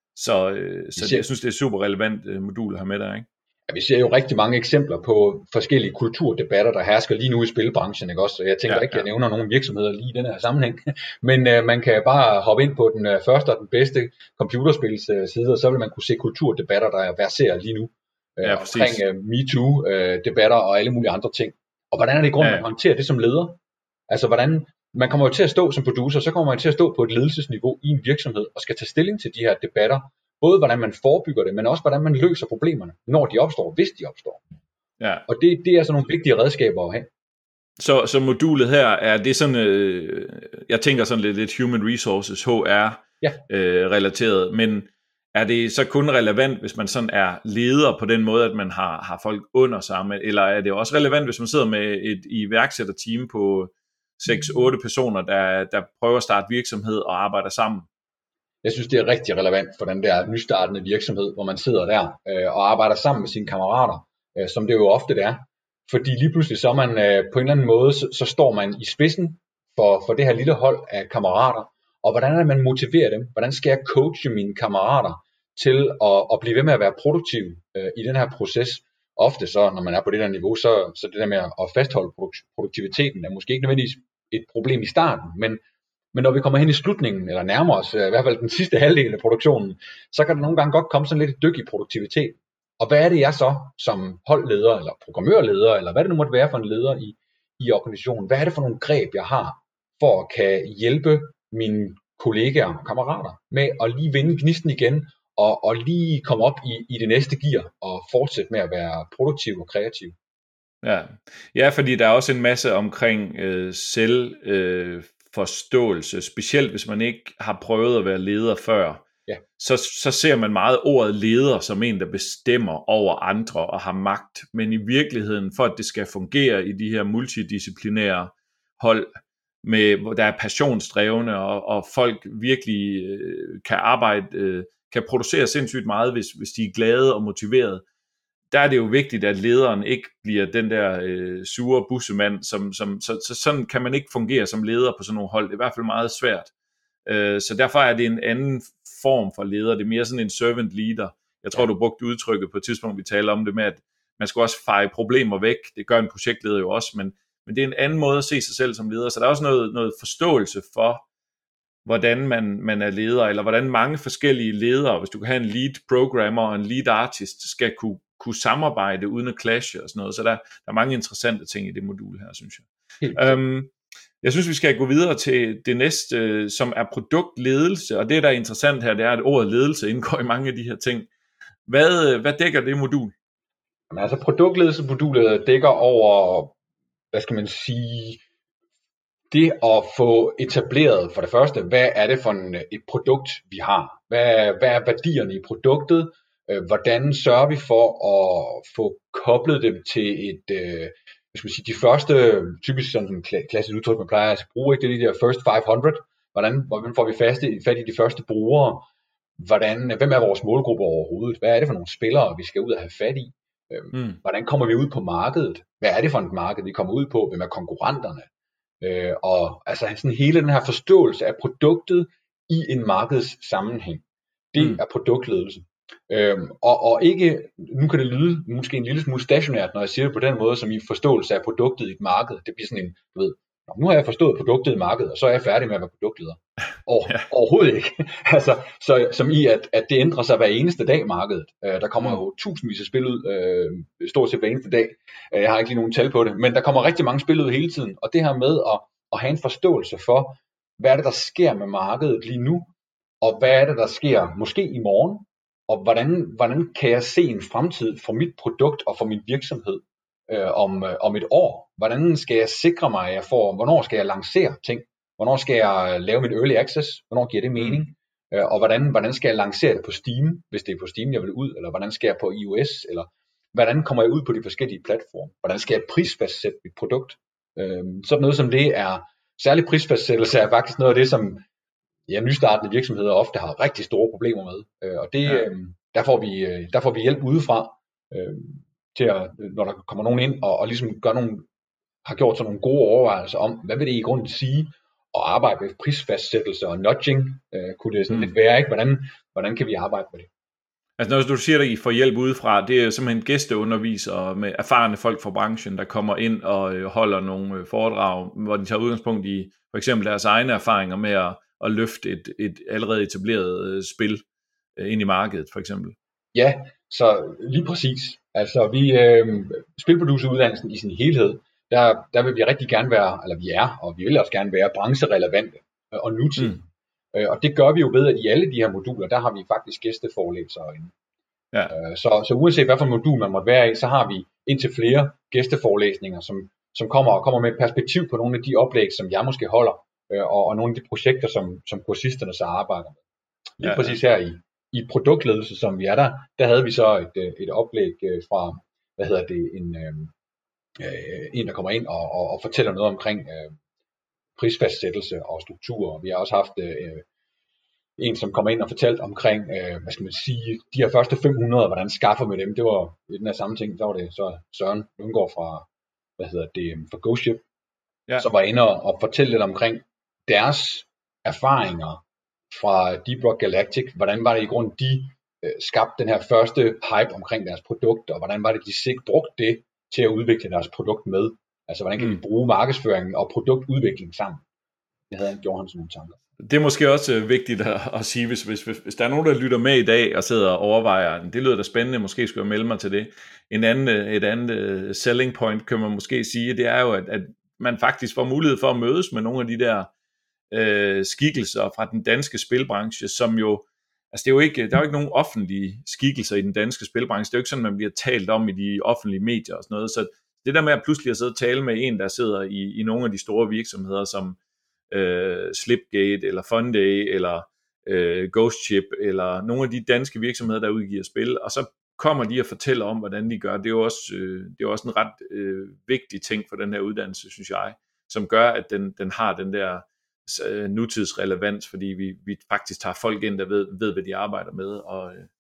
så øh, så jeg synes, det er super relevant øh, modul at have med der, ikke? Ja, vi ser jo rigtig mange eksempler på forskellige kulturdebatter, der hersker lige nu i spilbranchen, ikke også? Så jeg tænker ja, ikke, at jeg nævner nogle virksomheder lige i den her sammenhæng. Men øh, man kan bare hoppe ind på den øh, første og den bedste computerspilsside, øh, og så vil man kunne se kulturdebatter, der verserer lige nu. Øh, ja, omkring øh, MeToo-debatter øh, og alle mulige andre ting. Og hvordan er det i grund, ja. man håndterer det som leder? Altså, hvordan man kommer jo til at stå som producer, så kommer man til at stå på et ledelsesniveau i en virksomhed, og skal tage stilling til de her debatter. Både hvordan man forebygger det, men også hvordan man løser problemerne, når de opstår, hvis de opstår. Ja. Og det, det er altså nogle vigtige redskaber at have. Så, så modulet her, er det sådan, øh, jeg tænker sådan lidt, lidt human resources, H R ja. øh, relateret, men er det så kun relevant, hvis man sådan er leder på den måde, at man har, har folk under sig, eller er det også relevant, hvis man sidder med et iværksætterteam på seks otte personer, der, der prøver at starte virksomhed og arbejder sammen? Jeg synes, det er rigtig relevant for den der nystartende virksomhed, hvor man sidder der øh, og arbejder sammen med sine kammerater, øh, som det jo ofte er. Fordi lige pludselig så er man øh, på en eller anden måde, så, så står man i spidsen for, for det her lille hold af kammerater. Og hvordan er det, man motiverer dem? Hvordan skal jeg coache mine kammerater til at, at blive ved med at være produktiv øh, i den her proces? Ofte så, når man er på det der niveau, så, så det der med at fastholde produktiviteten er måske ikke nødvendigvis et problem i starten, men Men når vi kommer hen i slutningen, eller nærmer os, i hvert fald den sidste halvdel af produktionen, så kan der nogle gange godt komme sådan lidt et dyk i produktivitet. Og hvad er det jeg så, som holdleder, eller programmørleder, eller hvad det nu måtte være for en leder i, i organisationen, hvad er det for nogle greb, jeg har, for at kan hjælpe mine kollegaer og kammerater med at lige vinde gnisten igen, og, og lige komme op i, i det næste gear, og fortsætte med at være produktiv og kreativ. Ja, ja, fordi der er også en masse omkring øh, selv... Øh forståelse, specielt hvis man ikke har prøvet at være leder før, ja. så, så ser man meget ordet leder som en, der bestemmer over andre og har magt, men i virkeligheden, for at det skal fungere i de her multidisciplinære hold, med, hvor der er passionsdrevne, og, og folk virkelig øh, kan arbejde, øh, kan producere sindssygt meget, hvis, hvis de er glade og motiverede. Der er det jo vigtigt, at lederen ikke bliver den der øh, sure bussemand, som, som, så, så sådan kan man ikke fungere som leder på sådan nogle hold. Det er i hvert fald meget svært. Øh, så derfor er det en anden form for leder. Det er mere sådan en servant leader. Jeg tror, du brugte udtrykket på et tidspunkt, vi taler om det med, at man skal også feje problemer væk. Det gør en projektleder jo også, men, men det er en anden måde at se sig selv som leder. Så der er også noget, noget forståelse for, hvordan man, man er leder, eller hvordan mange forskellige ledere, hvis du kan have en lead programmer og en lead artist, skal kunne kunne samarbejde uden at clashe og sådan noget. Så der, der er mange interessante ting i det modul her, synes jeg. Um, jeg synes, vi skal gå videre til det næste, som er produktledelse, og det, der er interessant her, det er, at ordet ledelse indgår i mange af de her ting. Hvad, hvad dækker det modul? Jamen, altså produktledelsesmodulet dækker over, hvad skal man sige, det at få etableret for det første, hvad er det for en, et produkt, vi har? Hvad, hvad er værdierne i produktet? Hvordan sørger vi for at få koblet dem til et, øh, hvad skal man sige, de første, typisk sådan en klassisk udtryk, man plejer at bruge, ikke? Det er de der first five hundred, Hvordan, hvordan får vi fast i, fat i de første brugere? Hvordan, hvem er vores målgruppe overhovedet? Hvad er det for nogle spillere, vi skal ud og have fat i? Mm. Hvordan kommer vi ud på markedet? Hvad er det for et marked, vi kommer ud på? Hvem er konkurrenterne? Øh, og altså sådan hele den her forståelse af produktet i en markeds sammenhæng. Det mm. er produktledelse. Øhm, og, og ikke, nu kan det lyde måske en lille smule stationært, når jeg siger det på den måde, som i forståelse af produktet i et marked. Det bliver sådan en, du ved, nu har jeg forstået produktet i markedet, og så er jeg færdig med at være produktleder. Og, ja. Overhovedet ikke. altså, så, som i, at, at det ændrer sig hver eneste dag markedet. Øh, der kommer mm. jo tusindvis af spil ud, øh, stort set hver eneste dag. Jeg har ikke lige nogen tal på det, men der kommer rigtig mange spil ud hele tiden. Og det her med at, at have en forståelse for, hvad er det, der sker med markedet lige nu, og hvad er det, der sker måske i morgen, og hvordan, hvordan kan jeg se en fremtid for mit produkt og for min virksomhed øh, om, øh, om et år? Hvordan skal jeg sikre mig, at jeg får, hvornår skal jeg lancere ting? Hvornår skal jeg lave mit early access? Hvornår giver det mening? Mm. Øh, og hvordan, hvordan skal jeg lancere det på Steam, hvis det er på Steam, jeg vil ud? Eller hvordan skal jeg på iOS? Eller hvordan kommer jeg ud på de forskellige platforme? Hvordan skal jeg prisfastsætte mit produkt? Øh, sådan noget som det er, særlig prisfastsættelse er faktisk noget af det, som ja, nystartende virksomheder ofte har rigtig store problemer med. Øh, og det, ja. øh, der, får vi, øh, der får vi hjælp udefra, øh, til at, når der kommer nogen ind og, og ligesom gør nogle, har gjort sådan nogle gode overvejelser om, hvad vil det i grunden sige at arbejde med prisfastsættelse og nudging, øh, kunne det sådan mm. lidt være, ikke? Hvordan, hvordan kan vi arbejde med det? Altså når du siger, at I får hjælp udefra, det er simpelthen gæsteundervisere med erfarne folk fra branchen, der kommer ind og øh, holder nogle foredrag, hvor de tager udgangspunkt i for eksempel deres egne erfaringer med at at løfte et, et allerede etableret øh, spil øh, ind i markedet, for eksempel. Ja, så lige præcis. Altså, vi øh, spilproduceruddannelsen i sin helhed, der, der vil vi rigtig gerne være, eller vi er, og vi vil også gerne være brancherelevante øh, og nutidige. Mm. Øh, og det gør vi jo ved, at i alle de her moduler, der har vi faktisk gæsteforelæsere inde. Ja. Øh, så, så uanset hvad for en modul man måtte være i, så har vi indtil flere gæsteforelæsninger, som, som kommer og kommer med et perspektiv på nogle af de oplæg, som jeg måske holder, Og, og nogle af de projekter, som, som kursisterne så arbejder med. Lige ja, præcis her i, i produktledelse, som vi er der, der havde vi så et, et oplæg fra, hvad hedder det, en, øh, en der kommer ind og, og, og fortæller noget omkring øh, prisfastsættelse og struktur. Vi har også haft øh, en, som kommer ind og fortalte omkring, øh, hvad skal man sige, de her første fem hundrede, hvordan skaffer vi dem. Det var i den her samme ting, så var det så Søren Lundgaard fra, hvad hedder det, fra GoShip, ja. Som var inde og, og fortælle lidt omkring deres erfaringer fra Deep Rock Galactic, hvordan var det i grunden, de øh, skabte den her første hype omkring deres produkt, og hvordan var det, de sigt brugte det til at udvikle deres produkt med. Altså, hvordan kan mm. vi bruge markedsføringen og produktudvikling sammen? Det havde han gjort han sådan nogle tanker. Det er måske også vigtigt at, at sige, hvis, hvis, hvis, hvis der er nogen, der lytter med i dag og sidder og overvejer, det lyder da spændende, måske skulle jeg melde mig til det. En anden, et andet selling point, kan man måske sige, det er jo, at, at man faktisk får mulighed for at mødes med nogle af de der øh, skikkelser fra den danske spilbranche, som jo, altså det er jo ikke, der er jo ikke nogen offentlige skikkelser i den danske spilbranche, det er jo ikke sådan, man bliver talt om i de offentlige medier og sådan noget, så det der med at pludselig at sidde og tale med en, der sidder i, i nogle af de store virksomheder, som øh, Slipgate, eller Funday, eller øh, GhostShip, eller nogle af de danske virksomheder, der udgiver spil, og så kommer de og fortæller om, hvordan de gør. Det er jo også, øh, det er jo også en ret øh, vigtig ting for den her uddannelse, synes jeg, som gør, at den, den har den der øh, nutidsrelevans, fordi vi, vi faktisk tager folk ind, der ved, ved hvad de arbejder med, og, øh,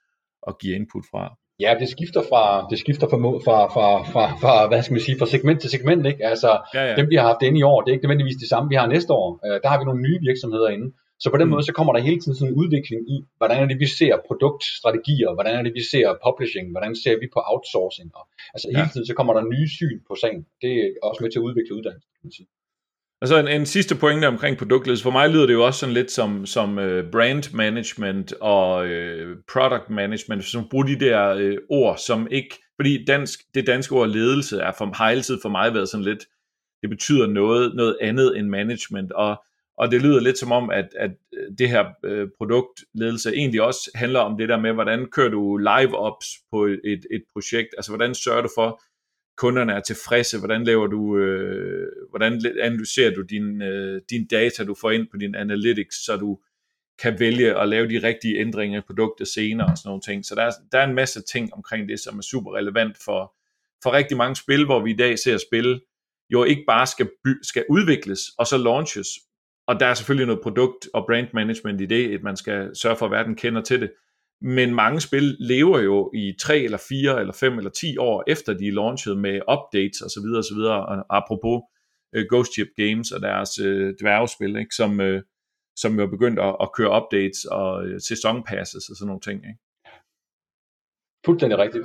og giver input fra. Ja, det skifter fra, det skifter fra, fra, fra, fra, fra, hvad skal man sige, fra segment til segment, ikke? Altså, ja, ja. Dem vi har haft inde i år, det er ikke nødvendigvis det samme, vi har næste år. Uh, der har vi nogle nye virksomheder inde. Så på den mm. måde, så kommer der hele tiden sådan en udvikling i, hvordan er det, vi ser produktstrategier, hvordan er det, vi ser publishing, hvordan ser vi på outsourcing. Og, altså ja. Hele tiden, så kommer der nye syn på sagen. Det er også med til at udvikle uddannelsen, kan man sige. Og så en, en sidste pointe omkring produktledelse. For mig lyder det jo også sådan lidt som, som uh, brand management og uh, product management, som bruger de der uh, ord, som ikke, fordi dansk, det danske ord ledelse er for, har altid for mig været sådan lidt, det betyder noget, noget andet end management, og Og det lyder lidt som om, at, at det her øh, produktledelse egentlig også handler om det der med, hvordan kører du live-ops på et, et projekt, altså hvordan sørger du for, kunderne er tilfredse, hvordan laver du, øh, hvordan analyserer du din, øh, din data, du får ind på din analytics, så du kan vælge at lave de rigtige ændringer i produktet senere og sådan nogle ting. Så der er, der er en masse ting omkring det, som er super relevant for, for rigtig mange spil, hvor vi i dag ser spil, jo ikke bare skal, by, skal udvikles og så launches, og der er selvfølgelig noget produkt- og brand management i det, at man skal sørge for, at verden kender til det. Men mange spil lever jo i tre eller fire eller fem eller ti år efter de er launchet med updates og så videre og så videre. Og apropos uh, Ghost Ship Games og deres uh, dværgespil, ikke? Som, uh, som jo er begyndt at, at køre updates og uh, sæsonpasses og sådan nogle ting. Ikke? Fuldstændig rigtigt.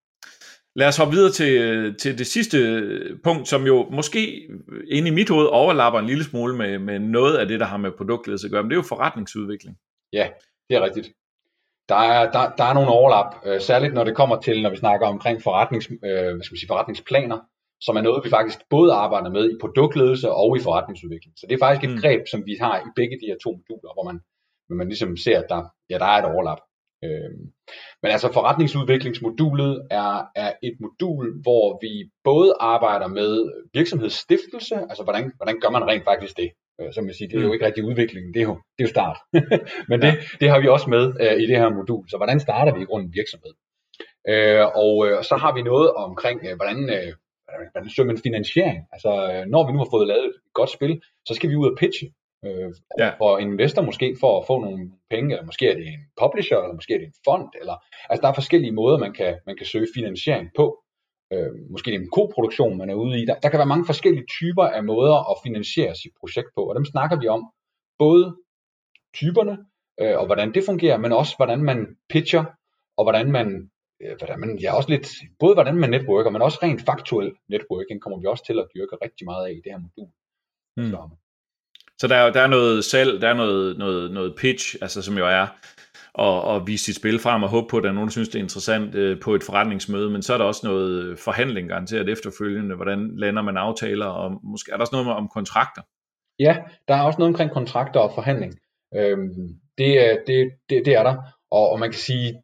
Lad os hoppe videre til, til det sidste punkt, som jo måske inde i mit hoved overlapper en lille smule med, med noget af det, der har med produktledelse at gøre, men det er jo forretningsudvikling. Ja, det er rigtigt. Der er, der, der er nogle overlap, øh, særligt når det kommer til, når vi snakker omkring forretnings, øh, hvad skal man sige, forretningsplaner, som er noget, vi faktisk både arbejder med i produktledelse og i forretningsudvikling. Så det er faktisk et greb, som vi har i begge de her to moduler, hvor man, hvor man ligesom ser, at der, ja, der er et overlap. Øhm, men altså forretningsudviklingsmodulet er, er et modul, hvor vi både arbejder med virksomhedsstiftelse, altså hvordan, hvordan gør man rent faktisk det, øh, som jeg siger, det er jo ikke rigtig udvikling, det er jo, det er jo start, men det, det har vi også med øh, i det her modul, så hvordan starter vi i grunden virksomhed, øh, og øh, så har vi noget omkring, øh, hvordan, øh, hvordan søger man finansiering, altså øh, når vi nu har fået lavet et godt spil, så skal vi ud og pitche, Øh, ja. For en investor måske for at få nogle penge, eller måske er det en publisher, eller måske er det en fond, eller altså der er forskellige måder man kan man kan søge finansiering på. Øh, måske det er en koproduktion man er ude i. Der, der kan være mange forskellige typer af måder at finansiere sit projekt på, og dem snakker vi om. Både typerne øh, og hvordan det fungerer, men også hvordan man pitcher og hvordan man øh, hvordan man ja også lidt både hvordan man networker, men også rent faktuel networking kommer vi også til at dyrke rigtig meget af i det her modul. Mm. Så Så der er, der er noget salg, der er noget, noget, noget pitch, altså som jo er at, at vise sit spil frem og håbe på, at der er nogen, der synes, det er interessant øh, på et forretningsmøde, men så er der også noget forhandling garanteret efterfølgende, hvordan lander man aftaler, og måske er der også noget om kontrakter? Ja, der er også noget omkring kontrakter og forhandling. Øhm, det, det, det, det er der, og, og man kan sige,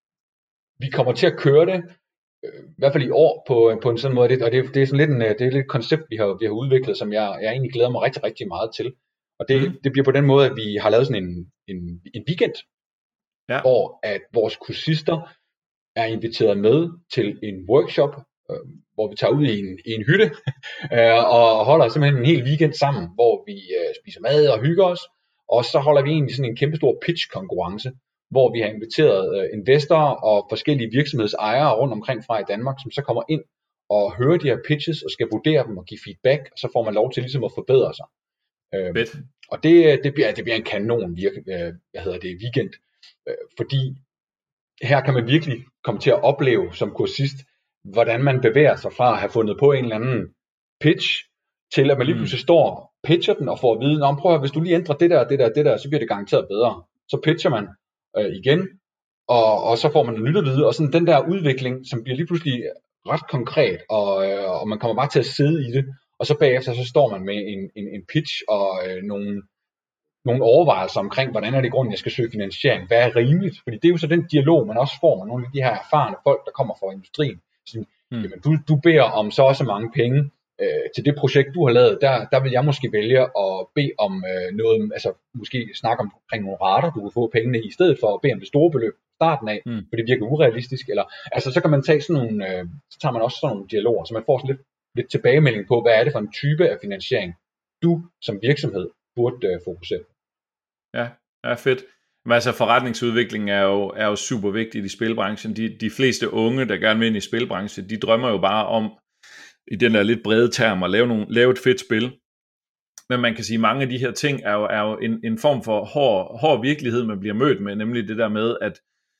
vi kommer til at køre det, i hvert fald i år på, på en sådan måde, og det, det er sådan lidt en, det er lidt et koncept, vi har, vi har udviklet, som jeg, jeg egentlig glæder mig rigtig, rigtig meget til. Og det, mm. det bliver på den måde, at vi har lavet sådan en, en, en weekend, ja. hvor at vores kursister er inviteret med til en workshop, øh, hvor vi tager ud i en, i en hytte, øh, og holder simpelthen en hel weekend sammen, hvor vi øh, spiser mad og hygger os, og så holder vi egentlig sådan en kæmpe stor pitch-konkurrence, hvor vi har inviteret øh, investorer og forskellige virksomhedsejere rundt omkring fra i Danmark, som så kommer ind og hører de her pitches og skal vurdere dem og give feedback, og så får man lov til ligesom at forbedre sig. Øhm, og det, det, bliver, det bliver en kanon virke, øh, hvad hedder det, weekend, øh, fordi her kan man virkelig komme til at opleve som kursist, hvordan man bevæger sig fra at have fundet på en eller anden pitch, til at man lige pludselig står, pitcher den og får at vide, prøv at hvis du lige ændrer det der, det der, det der, så bliver det garanteret bedre. Så pitcher man øh, igen, og, og så får man noget nyt at vide, og sådan den der udvikling, som bliver lige pludselig ret konkret, og, øh, og man kommer bare til at sidde i det, og så bagefter så står man med en, en, en pitch og øh, nogle, nogle overvejelser omkring, hvordan er det i grunden, jeg skal søge finansiering, hvad er rimeligt, fordi det er jo så den dialog, man også får med nogle af de her erfarne folk, der kommer fra industrien. Så, mm. jamen, du, du beder om så også mange penge øh, til det projekt, du har lavet, der, der vil jeg måske vælge at bede om øh, noget, altså måske snakke om, omkring nogle rater, du kan få pengene i, stedet for at bede om det store beløb starten af, mm. for det virker urealistisk, eller, altså så kan man tage sådan nogle, øh, så tager man også sådan nogle dialoger, så man får sådan lidt, lidt tilbagemelding på, hvad er det for en type af finansiering, du som virksomhed burde øh, fokusere. Ja, ja, fedt. Men altså forretningsudvikling er jo, er jo super vigtigt i spilbranchen. De, de fleste unge, der gerne vil ind i spilbranchen, de drømmer jo bare om, i den der lidt brede term, at lave, nogle, lave et fedt spil. Men man kan sige, at mange af de her ting er jo, er jo en, en form for hård, hård virkelighed, man bliver mødt med, nemlig det der med, at,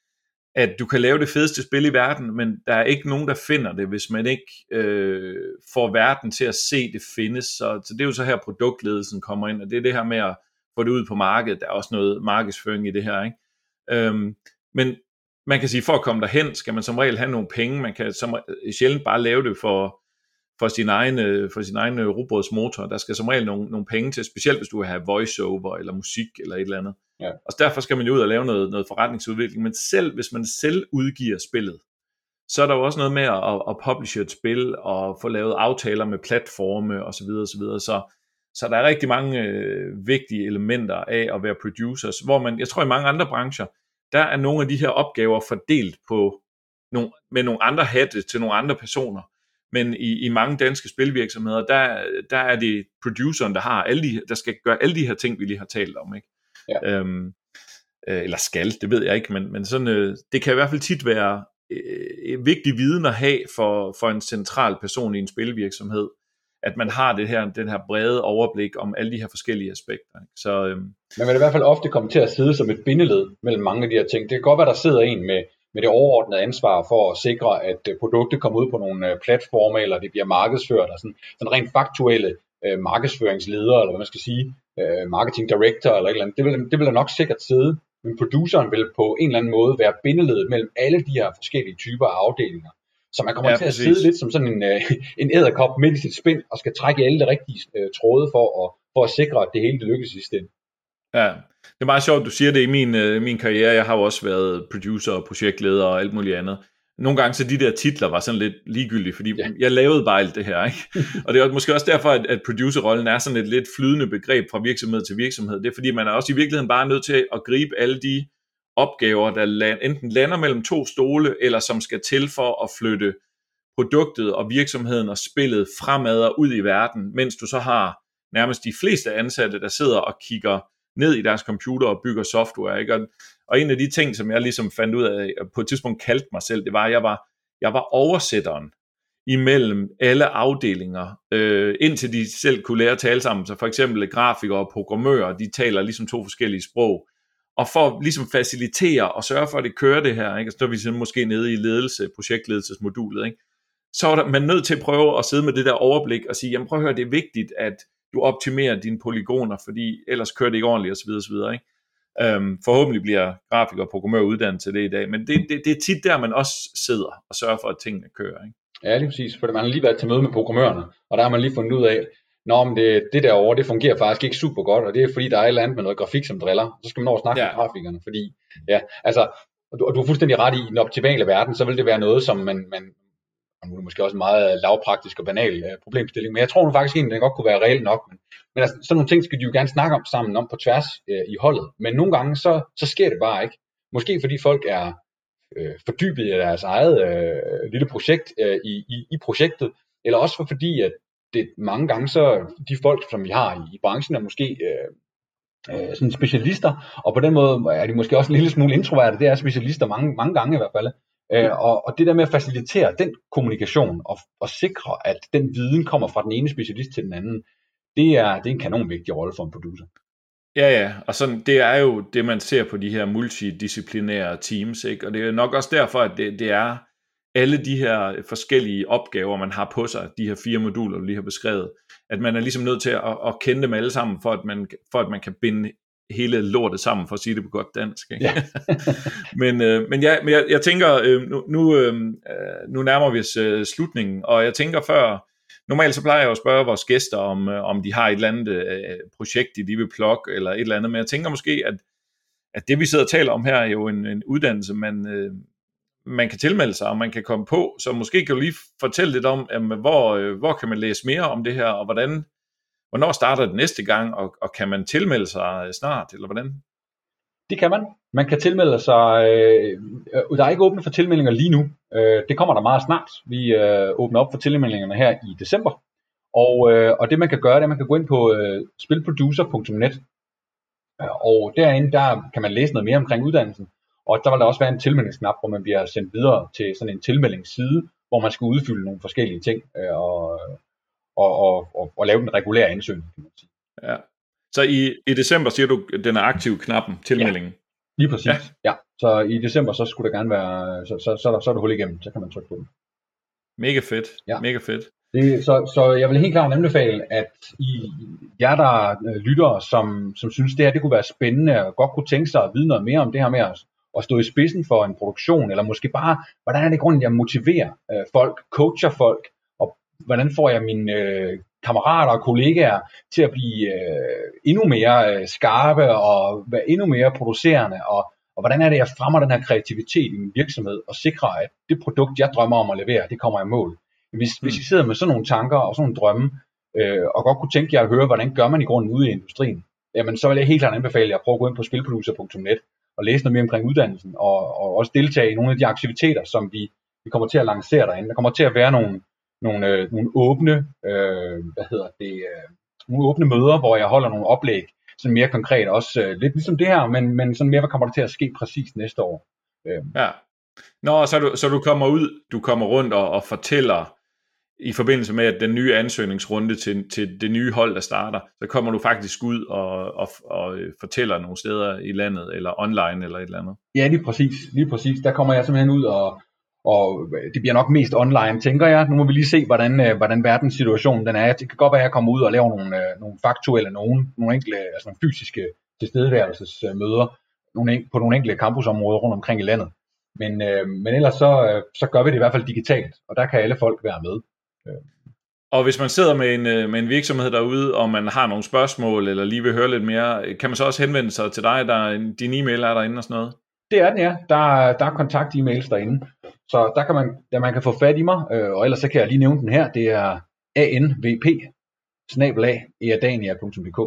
at du kan lave det fedeste spil i verden, men der er ikke nogen, der finder det, hvis man ikke øh, får verden til at se det findes. Så, så det er jo så her, produktledelsen kommer ind, og det er det her med at få det ud på markedet. Der er også noget markedsføring i det her, ikke? Øhm, men man kan sige, for at komme derhen, skal man som regel have nogle penge. Man kan som sjældent bare lave det for, for sin egen, for sin egen robotsmotor. Der skal som regel nogle, nogle penge til, specielt hvis du vil have voiceover eller musik eller et eller andet. Ja. Og derfor skal man jo ud og lave noget, noget forretningsudvikling. Men selv hvis man selv udgiver spillet, så er der jo også noget med at, at publishe et spil og få lavet aftaler med platforme osv. osv. Så Så der er rigtig mange øh, vigtige elementer af at være producers, hvor man, jeg tror i mange andre brancher, der er nogle af de her opgaver fordelt på nogle, med nogle andre hatte til nogle andre personer. men i, i mange danske spilvirksomheder, der, der er det produceren, der har alle de, der skal gøre alle de her ting, vi lige har talt om, ikke? Ja. Øhm, øh, eller skal, det ved jeg ikke, men, men sådan, øh, det kan i hvert fald tit være øh, vigtig viden at have for, for en central person i en spilvirksomhed, at man har det her, den her brede overblik om alle de her forskellige aspekter. Ikke? Så, øhm, man vil i hvert fald ofte komme til at sidde som et bindeled mellem mange af de her ting. Det kan godt være, der sidder en med, med det overordnede ansvar for at sikre, at produktet kommer ud på nogle platforme, eller det bliver markedsført, og sådan, sådan rent faktuelle øh, markedsføringsledere, eller hvad man skal sige, øh, marketing director, eller et eller andet. Det vil, det vil der nok sikkert sidde, men produceren vil på en eller anden måde være bindeledet mellem alle de her forskellige typer af afdelinger. Så man kommer ja, til at præcis. sidde lidt som sådan en, øh, en edderkop midt i sit spind, og skal trække alle de rigtige øh, tråde for at, for at sikre, at det hele det lykkes i sidste ende. Ja, det er meget sjovt, du siger det i min, øh, min karriere. Jeg har jo også været producer og projektleder og alt muligt andet. Nogle gange så de der titler var sådan lidt ligegyldige, fordi ja. jeg lavede bare alt det her, ikke? Og det er måske også derfor, at, at producerrollen er sådan et lidt flydende begreb fra virksomhed til virksomhed. Det er fordi, man er også i virkeligheden bare nødt til at gribe alle de opgaver, der land, enten lander mellem to stole, eller som skal til for at flytte produktet og virksomheden og spillet fremad og ud i verden, mens du så har nærmest de fleste ansatte, der sidder og kigger ned i deres computer og bygger software. Ikke? Og, og en af de ting, som jeg ligesom fandt ud af, på et tidspunkt kaldte mig selv, det var, at jeg var, jeg var oversætteren imellem alle afdelinger, øh, indtil de selv kunne lære at tale sammen. Så for eksempel grafikere og programmører, de taler ligesom to forskellige sprog. Og for ligesom facilitere og sørge for, at det kører det her, ikke? Så er vi sådan måske nede i ledelse, projektledelsesmodulet, ikke? Så er man nødt til at prøve at sidde med det der overblik og sige, jamen prøv at høre, det er vigtigt, at du optimerer dine polygoner, fordi ellers kører det ikke ordentligt osv. osv. Ikke? Øhm, forhåbentlig bliver grafiker og programmør uddannet til det i dag, men det, det, det er tit der, man også sidder og sørger for, at tingene kører. Ikke? Ja, lige præcis, for man har lige været til møde med programmørerne, og der har man lige fundet ud af, Nå, men det, det derovre, det fungerer faktisk ikke super godt, og det er fordi, der er et eller andet med noget grafik, som driller. Så skal man over snakke ja. med grafikerne, fordi, ja, altså, og du, og du har fuldstændig ret i, i den optimale verden, så vil det være noget, som man, man og nu er det måske også en meget lavpraktisk og banal uh, problemstilling, men jeg tror nu faktisk egentlig, den godt kunne være reelt nok. Men, men altså, sådan nogle ting skal de jo gerne snakke om sammen om på tværs uh, i holdet. Men nogle gange, så, så sker det bare ikke. Måske fordi folk er uh, fordybet i deres eget uh, lille projekt uh, i, i, i projektet, eller også for fordi, at det mange gange, så de folk, som vi har i, i branchen, er måske uh, uh, sådan specialister, og på den måde er de måske også en lille smule introverte. Det er specialister mange, mange gange i hvert fald. Øh, og, og det der med at facilitere den kommunikation og, og sikre, at den viden kommer fra den ene specialist til den anden, det er, det er en kanon vigtig rolle for en producer. Ja, ja, og sådan, det er jo det, man ser på de her multidisciplinære teams, ikke? Og det er nok også derfor, at det, det er alle de her forskellige opgaver, man har på sig, de her fire moduler, du lige har beskrevet, at man er ligesom nødt til at, at kende dem alle sammen, for at man, for at man kan binde hele lortet sammen, for at sige det på godt dansk. Ikke? Ja. men øh, men, ja, men jeg, jeg tænker, øh, nu, nu, øh, nu nærmer vi os øh, slutningen, og jeg tænker før, normalt så plejer jeg jo at spørge vores gæster, om, øh, om de har et eller andet øh, projekt, de vil plukke, eller et eller andet, men jeg tænker måske, at, at det vi sidder og taler om her, er jo en, en uddannelse, man, øh, man kan tilmelde sig, og man kan komme på, så måske kan du lige fortælle lidt om, øh, hvor, øh, hvor kan man læse mere om det her, og hvordan Hvornår starter det næste gang, og, og kan man tilmelde sig snart, eller hvordan? Det kan man. Man kan tilmelde sig. Øh, der er ikke åbent for tilmeldinger lige nu. Øh, det kommer der meget snart. Vi øh, åbner op for tilmeldingerne her i december. Og, øh, og det man kan gøre, det er, at man kan gå ind på øh, spilproducer punktum net. Og derinde, der kan man læse noget mere omkring uddannelsen. Og der vil der også være en tilmeldingsknap, hvor man bliver sendt videre til sådan en tilmeldingsside, hvor man skal udfylde nogle forskellige ting. Øh, og Og, og, og, og lave den regulære ansøgning, kan man sige. Ja. Så i, i december siger du, den er aktiv knappen, tilmeldingen? Ja, lige præcis. Ja. ja. Så i december, så skulle der gerne være, så, så, så, er der, så er der hul igennem, så kan man trykke på den. Mega fedt, ja. Mega fedt. Det, så, så jeg vil helt klart anbefale, at I jer, der lytter, som, som synes, det her det kunne være spændende, og godt kunne tænke sig at vide noget mere om det her med at, at stå i spidsen for en produktion, eller måske bare, hvordan er det grunden, jeg motiverer øh, folk, coacher folk, hvordan får jeg mine øh, kammerater og kollegaer til at blive øh, endnu mere øh, skarpe og være endnu mere producerende, og, og hvordan er det, jeg fremmer den her kreativitet i min virksomhed og sikrer, at det produkt, jeg drømmer om at levere, det kommer i mål. Hvis, mm. hvis I sidder med sådan nogle tanker og sådan nogle drømme, øh, og godt kunne tænke jer at høre, hvordan gør man i grunden ude i industrien, jamen så vil jeg helt klart anbefale jer at prøve at gå ind på spilproducer punktum net og læse noget mere omkring uddannelsen, og, og også deltage i nogle af de aktiviteter, som vi, vi kommer til at lancere derinde. Der kommer til at være nogle nogle, øh, nogle åbne, øh, hvad hedder det, øh, nogle åbne møder, hvor jeg holder nogle oplæg, sådan mere konkret, også øh, lidt ligesom det her, men, men sådan mere, hvad kommer der til at ske præcis næste år. Øh. Ja. Nå, så du, så du kommer ud, du kommer rundt og, og fortæller, i forbindelse med at den nye ansøgningsrunde til, til det nye hold, der starter, så kommer du faktisk ud og, og, og fortæller nogle steder i landet, eller online, eller et eller andet. Ja, lige præcis, lige præcis. Der kommer jeg simpelthen ud, og, og det bliver nok mest online, tænker jeg. Nu må vi lige se, hvordan, hvordan verdenssituationen den er. Det kan godt være, at jeg kommer ud og laver nogle, nogle faktuelle, nogle, nogle enkle, altså nogle fysiske tilstedeværelsesmøder nogle, på nogle enkelte campusområder rundt omkring i landet. Men, øh, men ellers så, så gør vi det i hvert fald digitalt, og der kan alle folk være med. Og hvis man sidder med en, med en virksomhed derude, og man har nogle spørgsmål, eller lige vil høre lidt mere, kan man så også henvende sig til dig? Der, din e-mail er derinde og sådan noget? Det er den, ja. Der, der er kontakt-e-mails derinde. Så der kan man, der man kan få fat i mig, øh, og ellers så kan jeg lige nævne den her. Det er anvp snabel-a eadania punktum d k.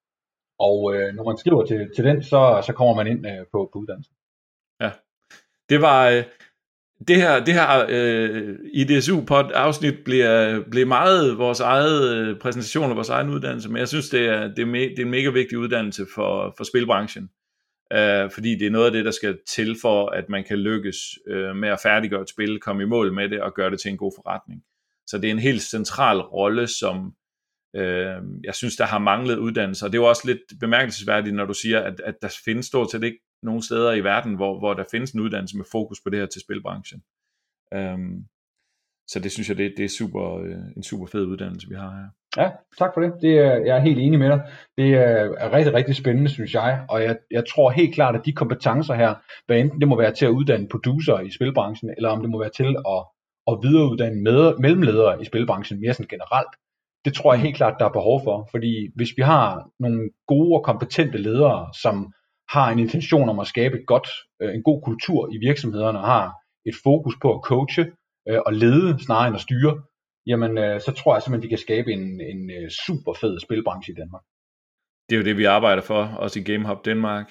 Og øh, når man skriver til, til den, så, så kommer man ind øh, på, på uddannelsen. Ja, det var... Øh... Det her, det her øh, I D S U-pod afsnit bliver, bliver meget vores eget øh, præsentation af vores egen uddannelse, men jeg synes, det er, det er, me, det er en mega vigtig uddannelse for, for spilbranchen, øh, fordi det er noget af det, der skal til for, at man kan lykkes øh, med at færdiggøre et spil, komme i mål med det og gøre det til en god forretning. Så det er en helt central rolle, som øh, jeg synes, der har manglet uddannelser. Og det er jo også lidt bemærkelsesværdigt, når du siger, at, at der findes stort set ikke nogle steder i verden, hvor, hvor der findes en uddannelse med fokus på det her til spilbranchen. Um, så det synes jeg, det, det er super, en super fed uddannelse, vi har her. Ja, tak for det. det er, jeg er helt enig med dig. Det er rigtig, rigtig spændende, synes jeg. Og jeg, jeg tror helt klart, at de kompetencer her, hvad enten det må være til at uddanne producer i spilbranchen, eller om det må være til at, at videreuddanne med, mellemledere i spilbranchen mere sådan generelt, det tror jeg helt klart, der er behov for. Fordi hvis vi har nogle gode og kompetente ledere, som har en intention om at skabe et godt, en god kultur i virksomhederne, og har et fokus på at coache og lede snarere end at styre, jamen så tror jeg simpelthen, de kan skabe en, en super fed spilbranche i Danmark. Det er jo det, vi arbejder for, også i GameHub Danmark.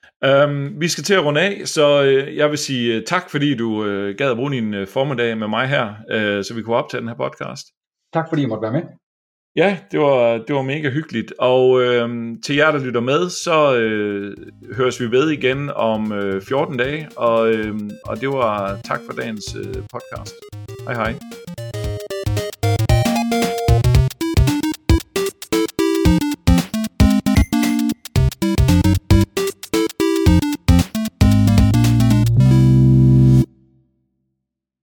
Um, vi skal til at runde af, så uh, jeg vil sige uh, tak, fordi du uh, gad at bruge din uh, formiddag med mig her, uh, så vi kunne optage den her podcast. Tak fordi jeg måtte være med. Ja, det var, det var mega hyggeligt. Og øh, til jer, der lytter med, så øh, høres vi ved igen om øh, fjorten dage. Og, øh, og det var tak for dagens øh, podcast. Hej hej.